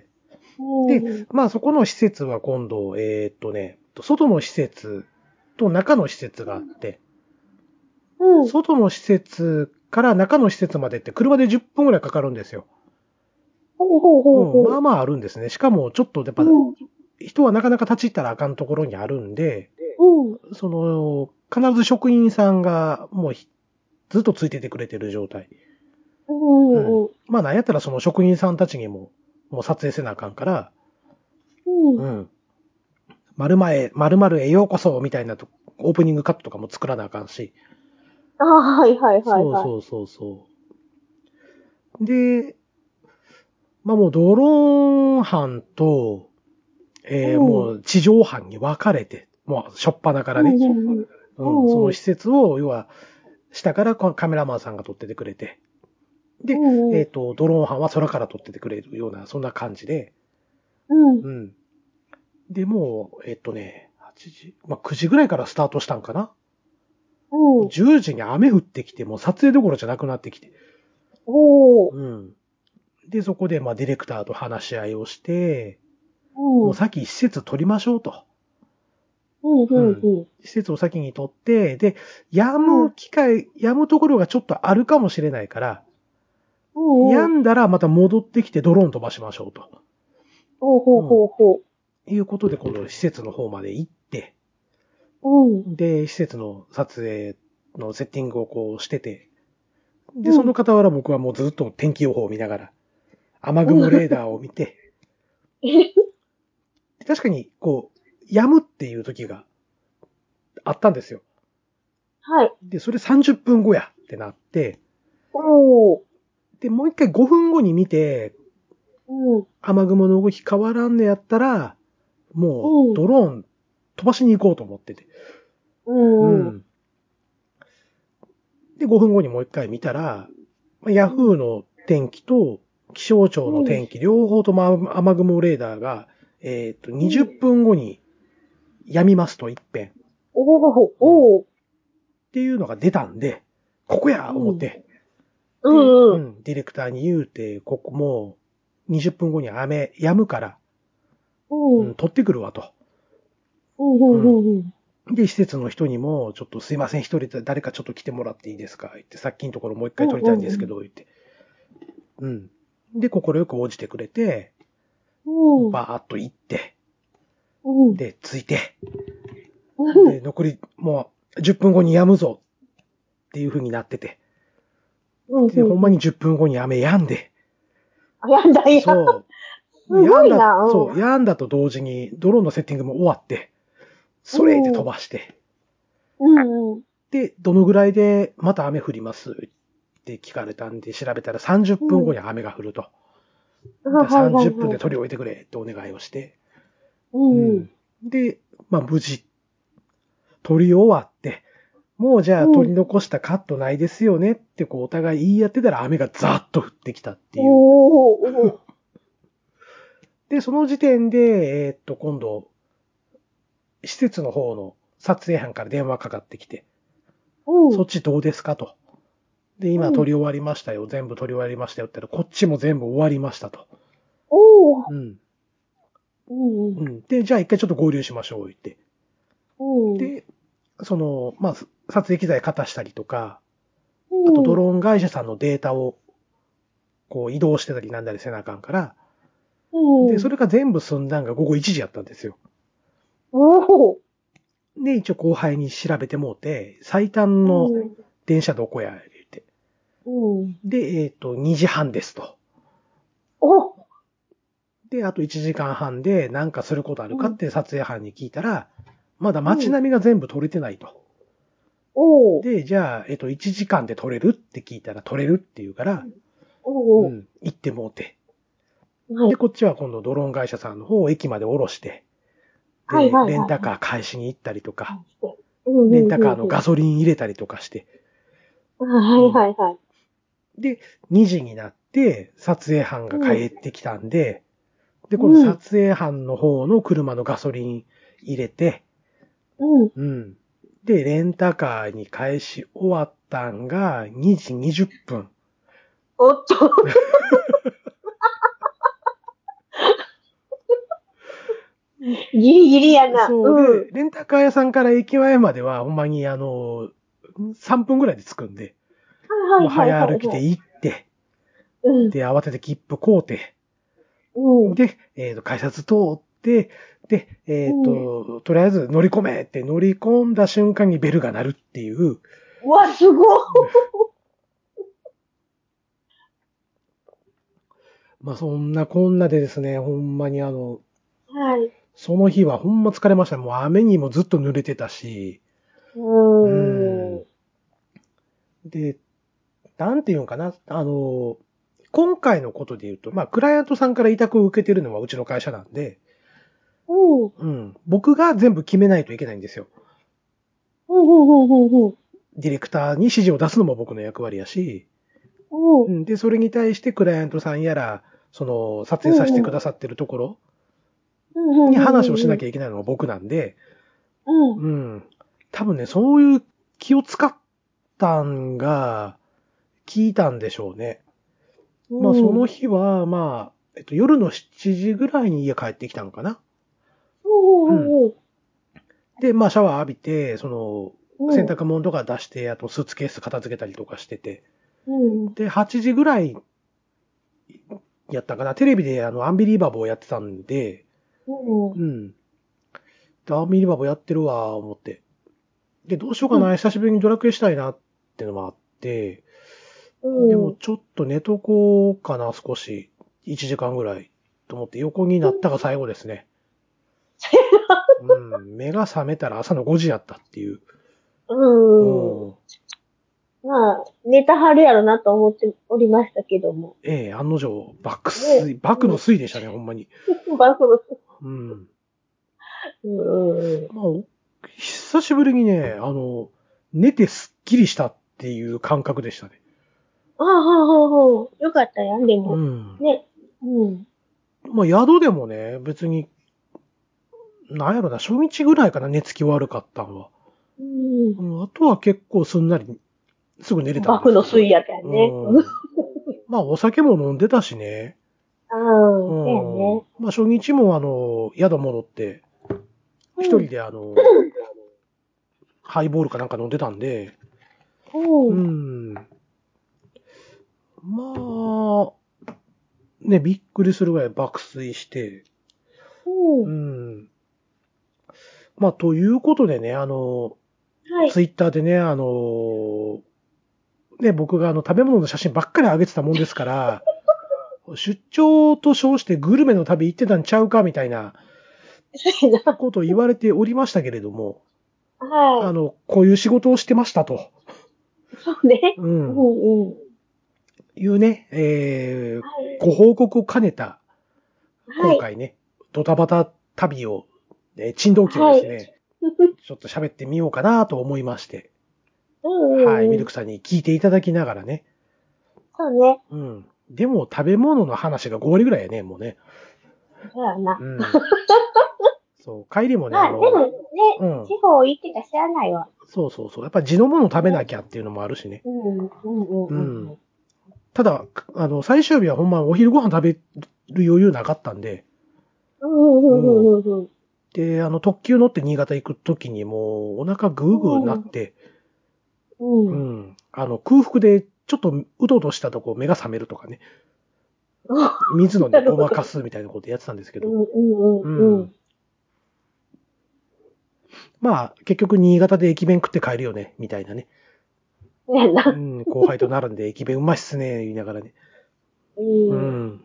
で
うん。、
まあそこの施設は今度、えーっとね、外の施設と中の施設があって、
うん。
外の施設から中の施設までって車でじゅっぷんぐらいかかるんですよ。
ほうほうほう
うん、ま
ほ
あまああるんですね。しかもちょっとやっぱ、
う。うん。
人はなかなか立ち入ったらあかんところにあるんで、
うん。
その、必ず職員さんがもうずっとついててくれてる状態。
うんうん。
まあなんやったらその職員さんたちにも、もう撮影せなあかんから、
うん。
うん。〇〇へ、〇〇へようこそみたいなとオープニングカットとかも作らなあかんし。
ああ、はいはいはいはい。
そうそうそうそう。で、まあもうドローン班と、えー、
うん。
もう地上班に分かれて、もうしょっぱなからね。
うんうん
うん。そ
うん。
の施設を、要は、下からカメラマンさんが撮っててくれて。で、
うんうん。
えっと、ドローン班は空から撮っててくれるような、そんな感じで。
うん。
うん。で、もう、えっとね、はちじ、まあくじぐらいからスタートしたんかな。
うん。
じゅうじに雨降ってきて、もう撮影どころじゃなくなってきて。
おー。
うん。で、そこで、まあ、ディレクターと話し合いをして、
うん。
もう先施設取りましょうと。
うん
う
うんうん。
施設を先に取って、で、やむ機会、やむところがちょっとあるかもしれないから、
うんうん。
やんだらまた戻ってきてドローン飛ばしましょうと。
ほうほうほうほ
いうことで、今度施設の方まで行って、
う。うん。
で、施設の撮影のセッティングをこうしてて、で、
うん
その傍ら僕はもうずっと天気予報を見ながら、雨雲レーダーを見て、確かに、こう、やむっていう時があったんですよ。
はい。
で、それさんじゅっぷんごやってなって、
おー。
で、もう一回ごふんごに見て、
うん。
雨雲の動き変わらんのやったら、もう
うん。
ドローン飛ばしに行こうと思ってて。
うんうん。
ん。で、ごふんごにもう一回見たら、ヤフーの天気と気象庁の天気、両方とも雨雲レーダーが、えっと、にじゅっぷんごに止みますと一遍。
おー。おー。
っていうのが出たんで、ここや思って、
う
で、
んうん。
うん、ディレクターに言うて、ここもうにじゅっぷんごに雨止むから、
うん。
うん、取ってくるわと。
うんうんうん。
で、施設の人にも、ちょっとすいません、一人で誰かちょっと来てもらっていいですか言って、さっきのところもう一回撮りたいんですけど、言って。うん。で、心よく応じてくれて、
うん。
バーっと行って、
うん。
で、着いて、
うん。
で、残り、もう、じゅっぷんごに止むぞっていう風になってて、
うん。
で、ほんまにじゅっぷんごに雨止んで、
あ、やんだや。
そう。
すご
止んだ、
いな。
そう、止んだと同時に、ドローンのセッティングも終わって、それで飛ばして、
うんうん。
で、どのぐらいでまた雨降りますって聞かれたんで、調べたらさんじゅっぷんごに雨が降ると。
はいはいはい。
さんじゅっぷんで取り終えてくれってお願いをして、
うん。
うん。で、まあ無事、取り終わって、もうじゃあ
うん
取り残したカットないですよねってこうお互い言い合ってたら雨がザーッと降ってきたっていう。
おー。
で、 で、その時点で、えーっと、今度、施設の方の撮影班から電話かかってきて、
うん。
そっちどうですかと。で、今
うん
撮り終わりましたよ。全部撮り終わりましたよって言ったら、こっちも全部終わりましたと。
おー。
うん。
うんうん。
うん。で、じゃあ一回ちょっと合流しましょう、言って。
うん。
で、その、まあ、撮影機材片したりとか、
うん、
あとドローン会社さんのデータを、こう移動してたりなんだりせなあかんから、
うん。
で、それが全部済んだんが午後いちじやったんですよ。
おー。
で、一応後輩に調べてもうて、最短の電車どこや、言って。
うん。
で、えっと、にじはんですと。
お
で、あといちじかんはんで何かすることあるかって撮影班に聞いたら、まだ
うん。
街並みが全部撮れてないと。
おー。
で、じゃあ、えっと、いちじかんで撮れるって聞いたら撮れるって言うから、
おー。
うん、行ってもうて。
はい
で、こっちは今度ドローン会社さんの方を駅まで降ろして、で、
はいはいはい。
レンタカー返しに行ったりとか、
うんうんうんうん。
レンタカーのガソリン入れたりとかして、
はいはいはい。
で、にじになって撮影班が帰ってきたんで、で、今度
うん。
撮影班の方の車のガソリン入れて、
うん。
うん。で、レンタカーに返し終わったんがにじにじゅっぷん。
おっと。ギリギリやな。
そう
うん。
で、レンタカー屋さんから駅前まではほんまにあの、さんぷんぐらいで着くんで、もう
はいはいはい
早歩きで
はいはい。
行って、
うん。
で、慌てて切符買うて、
うん。
で、えっと、改札通って、で、えっ
うん。
と、とりあえず乗り込めって乗り込んだ瞬間にベルが鳴るっていう、
うわ、すごい。
まあそんなこんなでですね、ほんまにあの、
はい。
その日はほんま疲れました。もう雨にもずっと濡れてたし、
う
う
ーん。
ん。で、なんていうのかな、あの、今回のことで言うと、まあ、クライアントさんから委託を受けてるのはうちの会社なんで、
うん。
うん。僕が全部決めないといけないんですよ。
うんうんうんうんうん。
ディレクターに指示を出すのも僕の役割やし、
うん。
うん。で、それに対してクライアントさんやら、その、撮影させてくださってるところに話をしなきゃいけないのが僕なんで、
うん。
うん。多分ね、そういう気を使ったんが、聞いたんでしょうね。まあ、その日は、まあ、えっと、夜のしちじぐらいに家帰ってきたのかな。うん。
うん。
で、まあ、シャワー浴びて、その、
うん。
洗濯物とか出して、あとスーツケース片付けたりとかしてて。
うん。
で、はちじぐらいやったかな。テレビであの、アンビリーバボーやってたんで、
うん。
うん。で、アンビリーバボーやってるわ、思って。で、どうしようかな、久しぶりにドラクエしたいなってのもあって、でもちょっと寝とこうかな、少し。いちじかんぐらい。と思って横になったが最後ですね。うん。目が覚めたら朝のごじやったっていう。
うん。まあ、寝たはるやろなと思っておりましたけども。
ええ、案の定、爆睡、爆の睡でしたね、ほんまに。
バフの。
うん。
うん。
まあ、久しぶりにね、あの、寝てすっきりしたっていう感覚でしたね。
ああ、はあ、はあ、よかったやん、でも。
うん。
ね。うん。
まあ、宿でもね、別に、なんやろな、初日ぐらいかな、寝つき悪かったんは。
うん。
うん、あとは結構すんなり、すぐ寝れたん
バフの
ですけど。
水やったよね。
うん。まあ、お酒も飲んでたしね。
ああ、
う
そうや
ん。
ね。
まあ、初日もあの、宿戻って、一人であの、ハイボールかなんか飲んでたんで、
う。
うんん。まあ、ね、びっくりするぐらい爆睡して、
う。
うんん。まあ、ということでね、あの、
はい。
ツイッターでね、あの、ね、僕があの、食べ物の写真ばっかり上げてたもんですから、出張と称してグルメの旅行ってたんちゃうかみたいな
そうやな。
ことを言われておりましたけれども、
はい。
あの、こういう仕事をしてましたと。
そうね。
う。
うんんうん。
いうね、えー、
はい。
ご報告を兼ねた、
はい。
今回ね、ドタバタ旅を、えー珍道記をで
はい。
すね、ちょっと喋ってみようかなと思いまして、
うん
はい、
うんうん。
ミルクさんに聞いていただきながらね。
そうね。
うん。でも食べ物の話がご割ぐらいやね、もうね。
そうやな。
うん。そう、帰りもね、
まあ、
あの、
でもね、
うん、
地方行ってたら知らないわ。
そうそうそう。やっぱり地のもの食べなきゃっていうのもあるしね。
うん、うん、うん、うん。うん、
ただ、あの、最終日はほんまお昼ご飯食べる余裕なかったんで、
うん、うん、うん、うん。
で、あの、特急乗って新潟行くときにもうお腹グーグーなって、
うん。
う
うん。
ん。あの、空腹でちょっとうとうとしたとこ目が覚めるとかね。水飲んでごまかすみたいなことやってたんですけど。
うん、うん、
う
うん。
ん。まあ、結局新潟で駅弁食って帰るよね、みたいなね。
やな。
うん、後輩と並んで駅弁うまいっすね、言いながらね。
う。
うんん。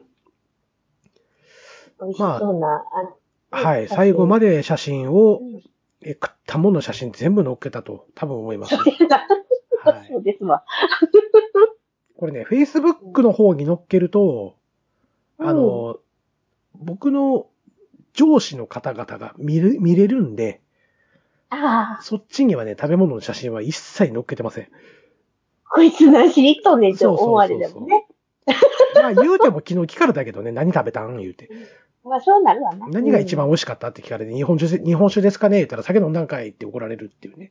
美味し
ま
そうな、
あ、
あ、ね、
はい。
写真。
最後まで写真を、
うん。
え、食ったもんの写真全部載っけたと多分思いますね。
そうですな。
は
そ
い。
うですわ。
これね、Facebook の方に載っけると、あ
うん。
の、僕の上司の方々が見る、見れるんで、
ああ、
そっちにはね、食べ物の写真は一切載っけてません。
こいつ何しに行っとんねんって
そうそう
思われ
そうそう。
てもね。
まあ言うても昨日聞かれたけどね、何食べたん言うて。
まあ、そうなるわな。
何が一番美味しかったって聞かれて、日本酒で、日本酒ですかね言ったら酒飲んだんかいって怒られるっていうね。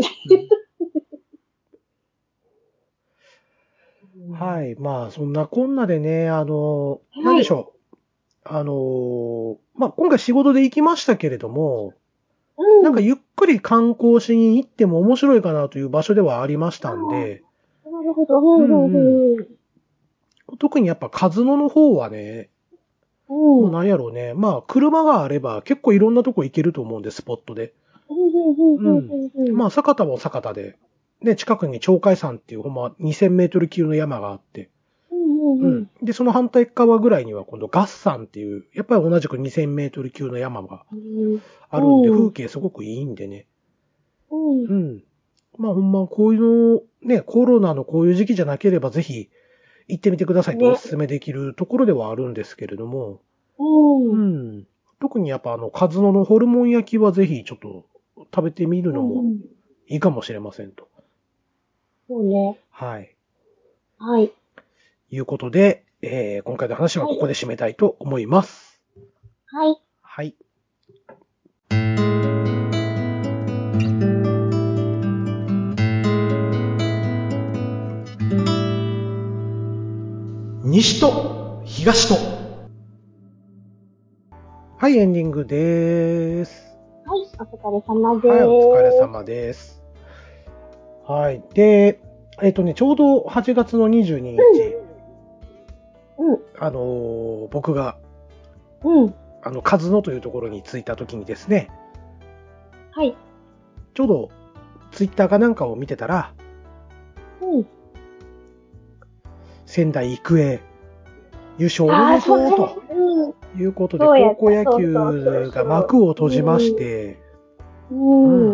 うん。
はい。まあ、そんなこんなでね、あの、なん
はい。
でしょう。あの、まあ今回仕事で行きましたけれども、なん
うん。
かゆっくり観光しに行っても面白いかなという場所ではありまし
ああ、
たんで、
なるほど。
う
うん、
んうん。
うん、
特にやっぱカズノの方はね、
うん。うん。
もうなんやろうね。まあ車があれば結構いろんなとこ行けると思うんで、スポットで。
うん、うん、
うん。
うん、うん。
まあ酒田も酒田で、ね、近くに鳥海山っていうほんまにせんメートル級の山があって、
うん、うん、うん。
うん。で、その反対側ぐらいには今度ガッサンっていう、やっぱり同じくにせんメートル級の山があるんで、
うん。
風景すごくいいんでね。
うん。
うん。まあほんまこういうの、ね、コロナのこういう時期じゃなければぜひ行ってみてくださいとお
ね。
勧めできるところではあるんですけれども、
うん。
うん。特にやっぱあの、カズノのホルモン焼きはぜひちょっと食べてみる
う
のも
ん。
いいかもしれませんと。
そうね。
はい。
はい。
いうことで、えー今回の話は
はい。
ここで締めたいと思います。
はい。
はい。西と東と。はい、エンディングです。
はい。お疲れ様で
はい、お疲れ
ーす。
様です。はい。で、えっとね、ちょうどはちがつのにじゅうににち、
うん。
あのー僕が、
うん。うん。
あの、カズノというところに着いた時にですね、
はい。
ちょうどツイッターかなんかを見てたら、
うん。
仙台育英、優勝おめ
ああ、
で
そうね。
とうと
うん。
いうことで、
そうやった。
高校野
そうそうそう
球が
そ
幕を閉じまし
う。
て、
うん。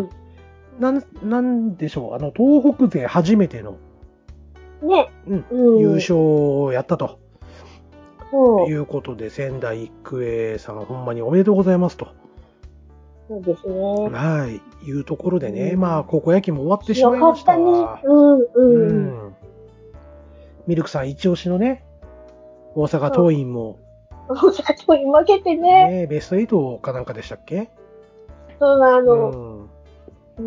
うん。
うん。
なん、なんでしょう、あの、東北勢初めての、
ね。
うん、優
うん。
勝をやったとい
そう。
うことで、仙台育英さん、ほんまにおめでとうございますと。
そうですね。
はい。いうところでね、
うん。
まあ、高校野球も終わってし
よ
まいまし
かったね。
たわ。
うん、
う
うん。
ん。ミルクさん一押しのね、大阪
そう。
桐蔭も、
大阪桐蔭負けてね。
ね、ベストエイトかなんかでしたっけ？
そうな、あ
う
の、
ん。
うん、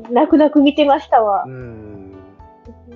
泣く泣く見てましたわ。
うん。
うん。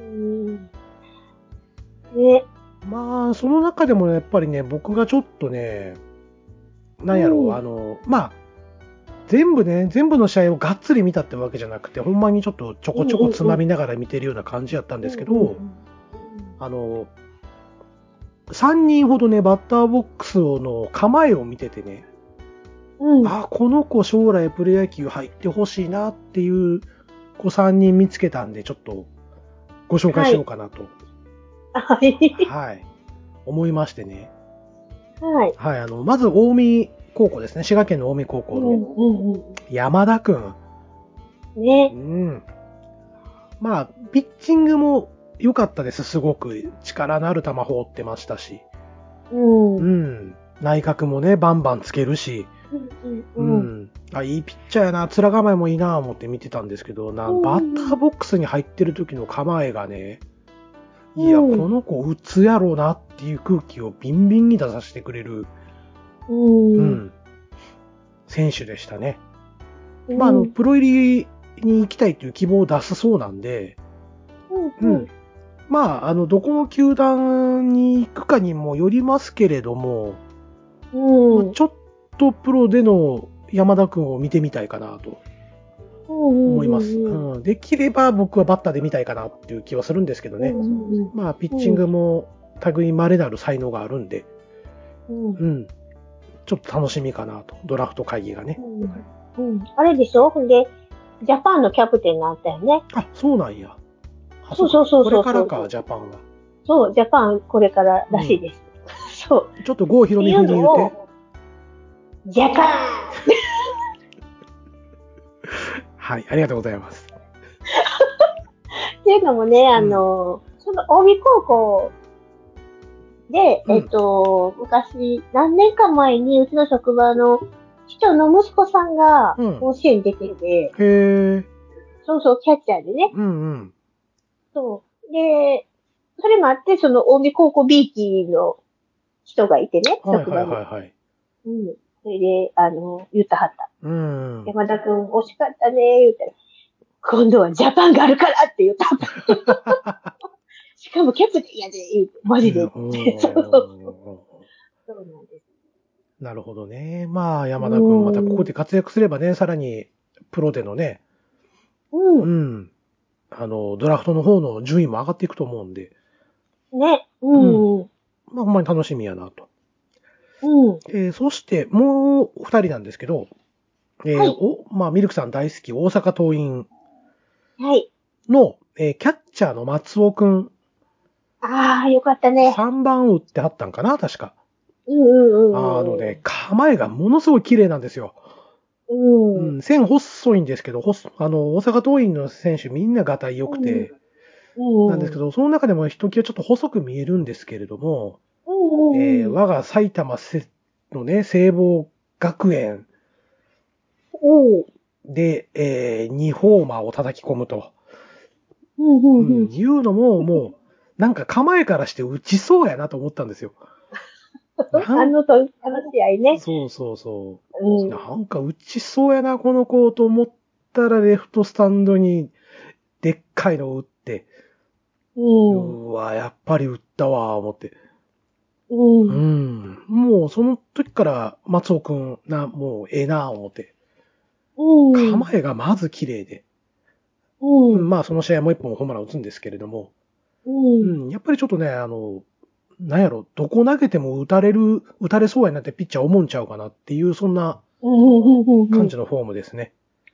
ね。
まあ、その中でもやっぱりね、僕がちょっとね、なんやろう、
うん。
あの、まあ、全部ね、全部の試合をがっつり見たってわけじゃなくて、ほんまにちょっとちょこちょこつまみながら見てるような感じやったんですけ
うんうん
ど、あの、さんにんほどね、バッターボックスの構えを見ててね、
うん。
あ、この子将来プロ野球入ってほしいなっていう子さんにん見つけたんで、ちょっとご紹介しようかなと、
はい。
はい、思いましてね。
はい。
はい、あの、まず近江高校ですね、滋賀県の近江高校の
うんうんうん。
山田くん。う
ね。
ん。まあ、ピッチングも良かったです。すごく力のある球放ってましたし。
うん。
う
うん
ん。内角もね、バンバンつけるし。
う
う
ん。
ん。あ、いいピッチャーやな。面構えもいいな思って見てたんですけど、な、バッターボックスに入ってる時の構えがね、いや、
うん。
この子打つやろうなっていう空気をビンビンに出させてくれる
う。
うんん。選手でしたね。まあ、あの、プロ入りに行きたいという希望を出すそうなんで、
うん。う
うんん。まあ、あの、どこの球団に行くかにもよりますけれども、
うん。
ちょっとプロでの山田君を見てみたいかなと思います。
うん。
うん、できれば僕はバッターで見たいかなっていう気はするんですけどね。まあ、ピッチングも類稀なる才能があるんで、
うん。
うん。ちょっと楽しみかなと。ドラフト会議がね。
うん。あれでしょ？ほんで、ジャパンのキャプテンになったよね。
あ、そうなんや。あ、
そうそうそうそう。
これからか、ジャパンは。
そう、ジャパンこれかららしいです。そう。
ちょっと郷ひろみ風に言うて。
ジャパン
はい、ありがとうございます。
っていうのもね、あの、その近江高校で、えっと、昔、何年か前にうちの職場の市長の息子さんが甲子園に出てて、
へー。
そうそう、キャッチャーでね。
うんうん。
そう。で、それもあって、その近江高校ビーキの人がいてね、
はいはい
職場に。
はいはい。
うん。それで、あの、言ったはった。
うん。
山田くん惜しかったね、言うたら、今度はジャパンがあるからって言ったはった。しかもキャプテンやで、言うて、マジで言って。そうそうそう。そうなんです。
なるほどね。まあ、山田くんまたここで活躍すればね、さらにプロでのね、
うん。
うん。あの、ドラフトの方の順位も上がっていくと思うんで。
ね。うん。うん、
まあ、ほんまに楽しみやなと。
うん。
えー、そして、もう二人なんですけど、えー、
はい。
お、まあ、ミルクさん大好き、大阪桐蔭
はい。
の、えー、キャッチャーの松尾くん。
ああ、よかったね。
さんばん打ってはったんかな、確か。
うんうんうん。
あのね、構えがものすごい綺麗なんですよ。
うん。
うん、線細いんですけど、あの、大阪桐蔭の選手みんながたい良くて、
うん、
なんですけど、その中でもひときわちょっと細く見えるんですけれども、
うんうん
えー、
うん。
我が埼玉のね、聖望学園
うん。
で、えー、にホーマーを叩き込むと、
うんう
うん
ん
いうのも、もう、なんか構えからして打ちそうやなと思ったんですよ。
あのと、あの試合ね。
そうそうそう。
うん。
なんか打ちそうやな、この子と思ったらレフトスタンドにでっかいのを打って、
うん。
うわ、やっぱり打ったわ、思って。
う
う
ん。
ん。もうその時から松尾くんな、もうええな、思って。
うん。
構えがまず綺麗で。
うん。
まあその試合もう一本ホームラン打つんですけれども。
うん。
うん。やっぱりちょっとね、あの、なんやろ、どこ投げても打たれる、打たれそうやなってピッチャー思うんちゃうかなっていう、そんな感じのフォームですね。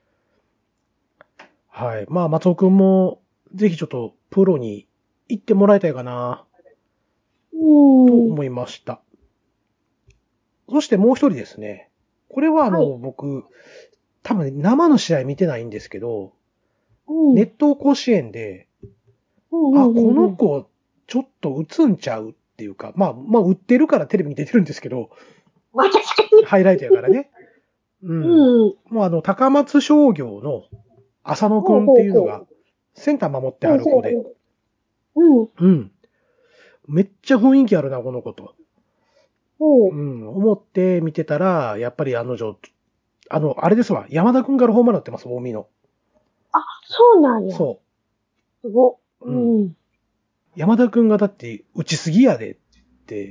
はい。まあ松尾くんも、ぜひちょっとプロに行ってもらいたいかな、と思いました。そしてもう一人ですね。これはあの、はい、僕、多分生の試合見てないんですけど、うん、ネット甲子園で、うんうんうんうん、あ、この子、ちょっと打つんちゃうっていうか、まあ、まあ、打ってるからテレビに出てるんですけど、
まあ、確かに。
ハイライトやからね。うん。うん、もうあの、高松商業の浅野くんっていうのが、センター守ってはる子で、うん。うん。めっちゃ雰囲気あるな、この子と。うん。思って見てたら、やっぱりあの女、あの、あれですわ。山田くんからホームラン打ってます、近江の。
あ、そうなんや。
そう。
すご。うん。
山田くんがだって打ちすぎやでって、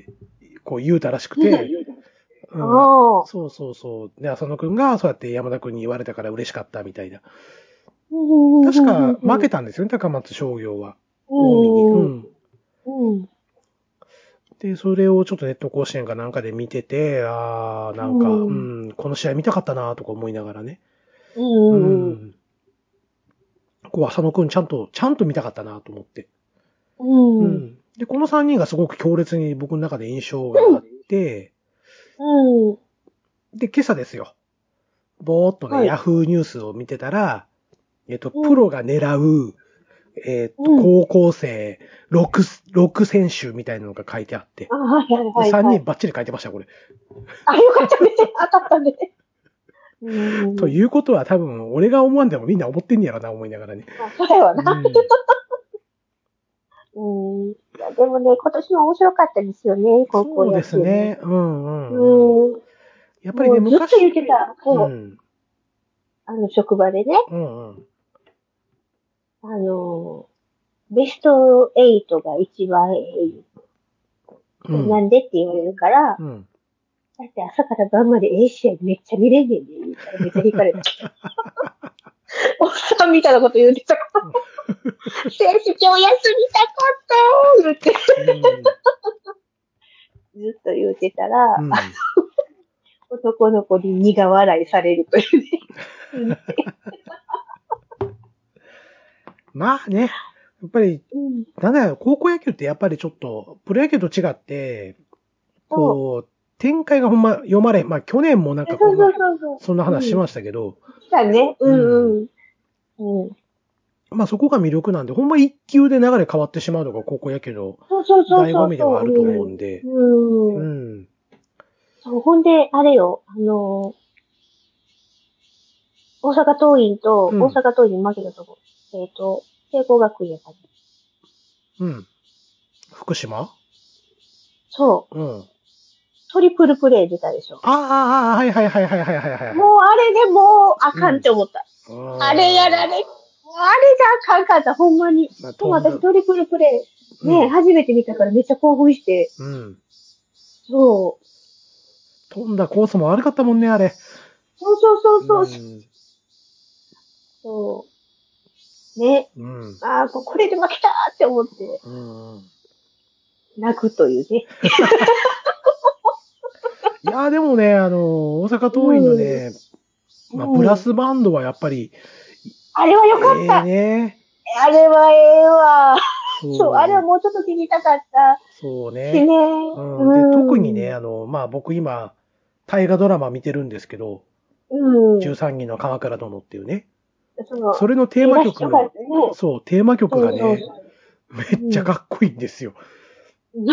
こう言うたらしくて。うん、そうそうそう。で、浅野くんがそうやって山田くんに言われたから嬉しかったみたいな。確か負けたんですよね、高松商業は。近江に。うん。うん。で、それをちょっとネット甲子園かなんかで見てて、ああ、なんか、うん、うん、この試合見たかったなとか思いながらね。うん。うん、こう、浅野くんちゃんと、ちゃんと見たかったなと思って。うん。うん。で、このさんにんがすごく強烈に僕の中で印象があって、うん。で、今朝ですよ。ぼーっとね、はい、ヤフーニュースを見てたら、えっと、プロが狙う、えっと、うん、高校生ろく、ろく選手みたいなのが書いてあって。あ、はいはいはい、はい。さんにんバッチリ書いてました、これ。
あ、よかった、めっちゃ当たったね。
ということは多分、俺が思わんでもみんな思ってんねやろな、思いながらね。
あ、そうやわな。うん。うん。いや、でもね、今年も面白かったですよね、高校野球。
そうですね。うんうん、うん。うん。 やっぱりね、
もうずっと
昔。
言ってた。そう。
うん。
あの、職場でね。
うんうん。
あの、ベストエイトが一番いい。
うん。
なんでって言われるから、
うん。
だって朝から晩まで A 試合めっちゃ見れんねんで、言ったらめっちゃ惹かれた。おっさんみたいなこと言ってたから。選手今日休みたかった言って、うん、ずっと言ってたら、うん、男の子に苦笑いされるというね。
まあね、やっぱり、うん、なんだよ、高校野球ってやっぱりちょっと、プロ野球と違って、こう、展開がほんま読まれ、まあ去年もなんかこんな、そうそうそうそう、そんな話しましたけど。
したね。うんうん。
うん。まあそこが魅力なんで、ほんま一球で流れ変わってしまうのが高校野球の醍醐味ではあると思うんで。
うん。うん。そう、ほんで、あれよ、あの、大阪桐蔭と、大阪桐蔭に負けたとこ、うん、えっ、ー、と、聖光学院やった。
うん。福島？
そう。うん。トリプルプレイ出たでしょ。
ああ、はいはいはいはいはいはいはい。
もうあれでもうあかんって思った。うん、あれやられ、あれがあかんかった、ほんまに。まあ、でも私トリプルプレイ、ね、うん、初めて見たからめっちゃ興奮して。うん。そう。
飛んだコースも悪かったもんね、あれ。
そうそうそうそう。うん、そう。ね。うん。ああ、これで負けたって思って。うん。泣くというね。
いやーでもね、あの、大阪桐蔭のね、うん、まあ、ブラスバンドはやっぱり、
あれは良かった。えー、ね。あれはええわ。そう。そう、あれはもうちょっと聞きたかった。
そうね。ね、うん。で、特にね、あの、まあ、僕今、大河ドラマ見てるんですけど、うん。じゅうさんにんの鎌倉殿っていうね。そ, それのテーマ曲、ね、そう、テーマ曲がね、そうそうそうめっちゃかっこいいんですよ。
うん。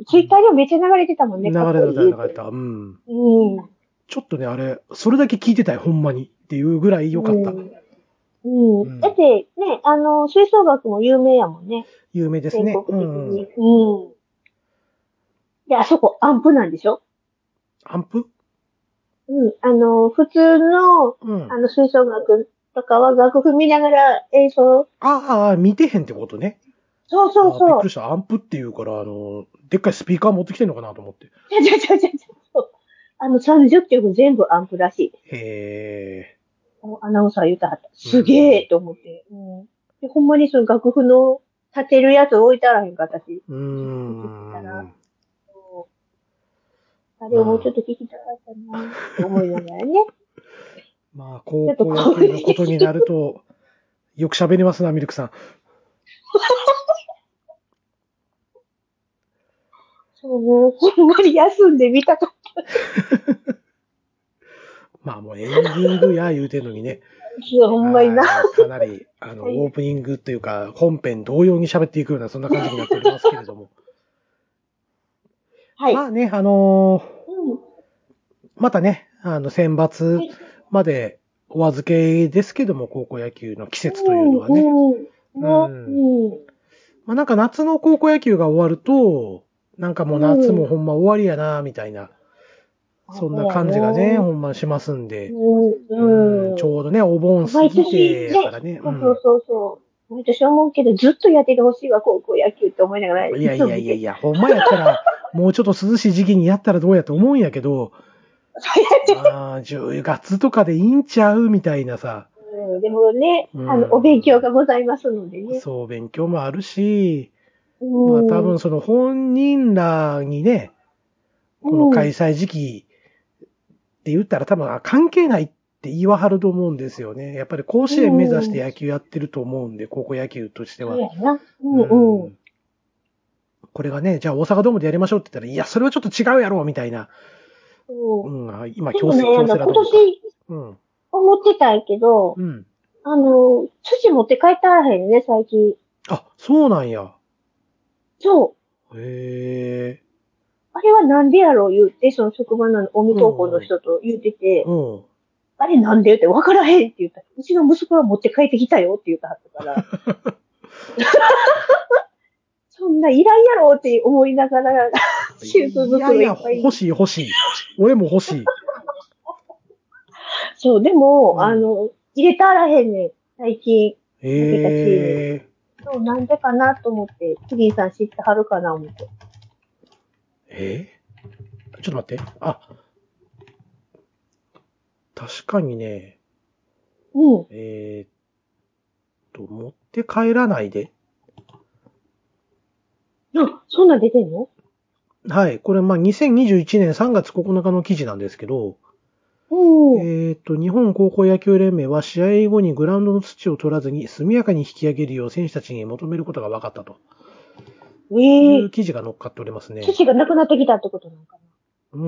ツイッターでもめっちゃ流れてたもんね。
流れてた、流れてた。うん。うん。ちょっとね、あれ、それだけ聞いてたよ、ほんまに。っていうぐらい良かった。うん。
うんうん、だってね、あの、吹奏楽も有名やもんね。
有名ですね。
全国的に。うん。うん。で、あそこ、アンプなんでしょ？
アンプ？
うん。あの、普通の、うん、あの、吹奏楽とかは楽譜見ながら演奏。
ああ、見てへんってことね。
そうそうそう。
びっくりした。アンプっていうから、あの、でっかいスピーカー持ってきてんのかなと思って。
ちゃちゃちゃちゃちゃ。あの、さんじゅっきょく全部アンプらしい。
へ
ー。アナウンサー言ったはった。すげえと思って、うん。で。ほんまにその楽譜の立てるやつ置いてあらへんかったし。うん。たらあれをもうちょっと聞きたかったなって思いながらね。
まあ、高校野球のことになると、よく喋りますな、ミルクさん。
そう、もうほんまに休んでみたかった。
まあもうエンディングや言うてんのにね。
いや、ほんまにな。
かなり、あの、オープニングというか、本編同様に喋っていくような、そんな感じになっておりますけれども。はい。まあね、あのーうん、またね、あの、選抜までお預けですけども、高校野球の季節というのはね。うん。うん。まあなんか夏の高校野球が終わると、なんかもう夏もほんま終わりやな、みたいな。そんな感じがね、ほんましますんで。うんうん、ちょうどね、お盆過ぎてやからね。
そうそうそうそう。毎年思うけど、ずっとやっててほしいわ、高校野球って思いながら。
いやいやいやいや、ほんまやったら、もうちょっと涼しい時期にやったらどうやと思うんやけど、あじゅうがつとかでいいんちゃうみたいなさ。
うん、でもね、うん、あの、お勉強がございますのでね。
そう、勉強もあるし、うん、まあ多分その本人らにね、この開催時期って言ったら多分関係ないって言わはると思うんですよね。やっぱり甲子園目指して野球やってると思うんで、高校野球としては。うんうん、これがね、じゃあ大阪ドームでやりましょうって言ったら、いや、それはちょっと違うやろ、みたいな。うん、今、強制、強制だと思うか。今年、うん、思
ってたんやけど、うん、あの、土持って帰ってあらへんね、最近。
あ、そうなんや。
そう。
へえ。
あれはなんでやろう言って、その職場の近江高校の人と言ってて、うんうん、あれなんでって分からへんって言った。うちの息子は持って帰ってきたよって言ったはったから。そんないらんやろって思いながら、シューズ袋いっぱい。
いやいや、欲しい欲しい。俺も欲しい。
そう、でも、
うん、
あの、入れたらへんねん、最近。
え
ー、そう、なんでかなと思って、杉井さん知ってはるかな思って。
えー、ちょっと待って。あ、確かにね、
うん。
えー、っと、持って帰らないで。
あ、そんなん出てんの？
はい。これ、まあ、にせんにじゅういちねんさんがつここのかの記事なんですけど、
うん。
えーっと、日本高校野球連盟は試合後にグラウンドの土を取らずに速やかに引き上げるよう選手たちに求めることが分かったと
え
いう
え
記事が載っかっておりますね。
土がなくなってきたってことなのか
うん。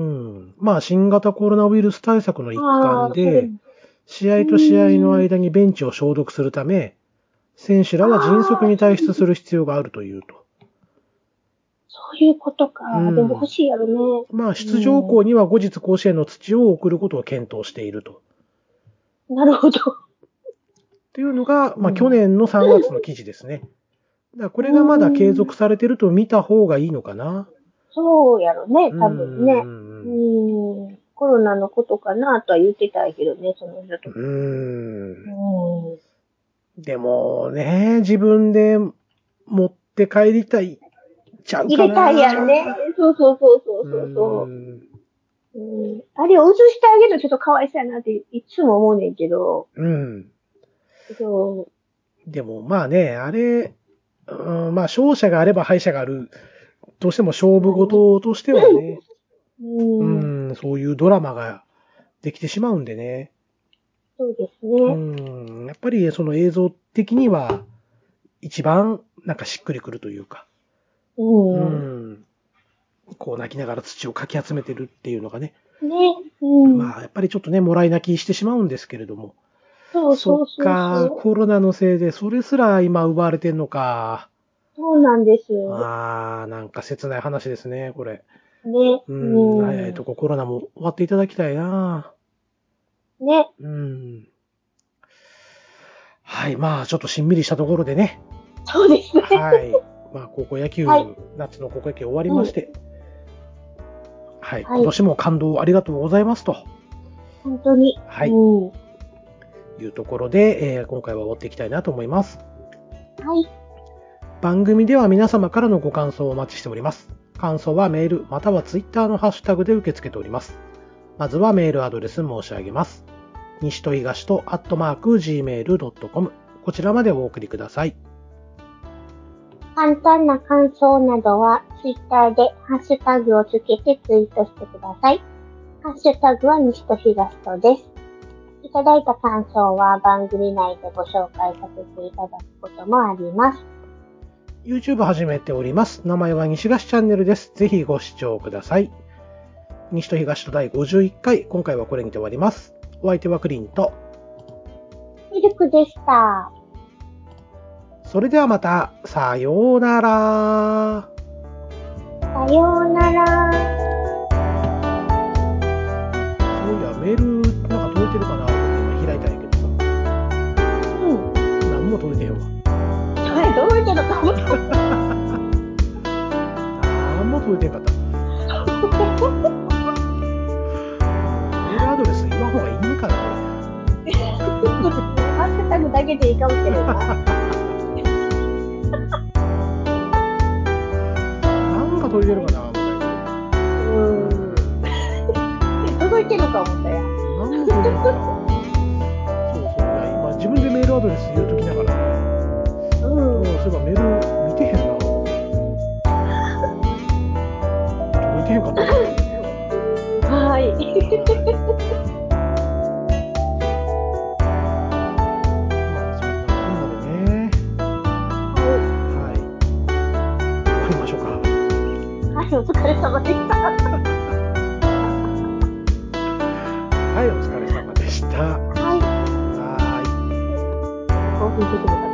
まあ、新型コロナウイルス対策の一
な。あ
環
あ、それ
で、
も。
試
う
合と試合の
ーん。
間にベンチを消毒するため、選手
あ
らは迅速
あ、
に
そう、
退出する必要があるというと。
そういうことか。
う
でも欲
ん。
しいやろね。
まあ、
う
出場校
ん。
には後日甲子園の土を送ることを検討していると。
なるほど。
っていうのが、まあ、去
うん。
年のさんがつの記事ですね。だからこ
う
れがまだ継
ーん。
続されてると見た方がいいのかな。
そうやろね、
う
多分ね。
ん。
う
う
ーん。コロナのことかなとは言ってたけどね、その人とか。う
ん。
ん。
でもね、自分で持って帰りたいちゃうか
入れたいやんね。
な。
そうそうそうそう
う
そうそ
ん。
う。うん。あれを移してあげるのちょっとかわいそうやなっていつも思うねんけど。
うん。
そ
でもまあね、あれ、うん、まあ勝者があれば敗者がある。どうしても勝
う。
負
まあね。
事としてはね、う
うん。
ん、そういうドラマができてしまうんでね。
そうです
う
ね。
ん、やっぱりその映像的には一番なんかしっくりくるというか、う
うん。
ん、こう泣きながら土をかき集めてるっていうのがね、
ね。うん。
まあやっぱりちょっとね、もらい泣きしてしまうんですけれども、そっ
そうそうそう
か、
そう。
コロナのせいでそれすら今奪われてんのか。
そうなんです。
ああ、なんか切ない話ですね、これ。
ね。
うん、早い
うん。
とこコロナも終わっていただきたいな。
ね。
うん。はい、まあちょっとしんみりしたところでね。
そうですね。
はい。まあ高校野球、
はい。
夏の高校野球終わり
うん。
まして。はい、
はい。
今年も感動ありがとうございますと。
本当に。
はい。
うん。は
いうところで、えー今回は終わっていきたいなと思います。
い。
番組では皆様からのご感想をお待ちしております。感想はメールまたはツイッターのハッシュタグで受け付けております。まずはメールアドレス申し上げます。西と東とアットマーク ジーメールドットコム こちらまでお送りください。
簡単な感想などは、ツイッターでハッシュタグをつけてツイートしてください。ハッシュタグは西と東とです。いただいた感想は番組内でご紹介させていただくこともあります。
YouTube 始めております。名前は西東チャンネルです。ぜひご視聴ください。西と東とだいごじゅういっかい、今回はこれにて終わります。お相手はクリンと。
ミルクでした。
それではまた、さようなら。
さようなら。
そういや、メールなんか届いてるかなって今開いたんやけどさ。
うん。
何も届いてへんわ。
それ届いてるかも。
何も届いてへんかった。メールアドレス言わん方がいいんかな、これ。
ハッシュタグだけでいいかもしれんな。
なんか届いてるかな、思ったんや
うーん。届いてるか思ったやん。
けど。何も届いてへんかった。そうそう。いや、今自分でメールアドレス言うときながらね。
う
うん、
ん。
そういえばメール見てへんな。届いてへんかったな。
はい。
はい。まあ、そんなこんなでね。はい。終わりましょうか。
はい、お疲れ様でした。
はい、お疲れ様でした。
はい。
はーい。
興奮してしまった。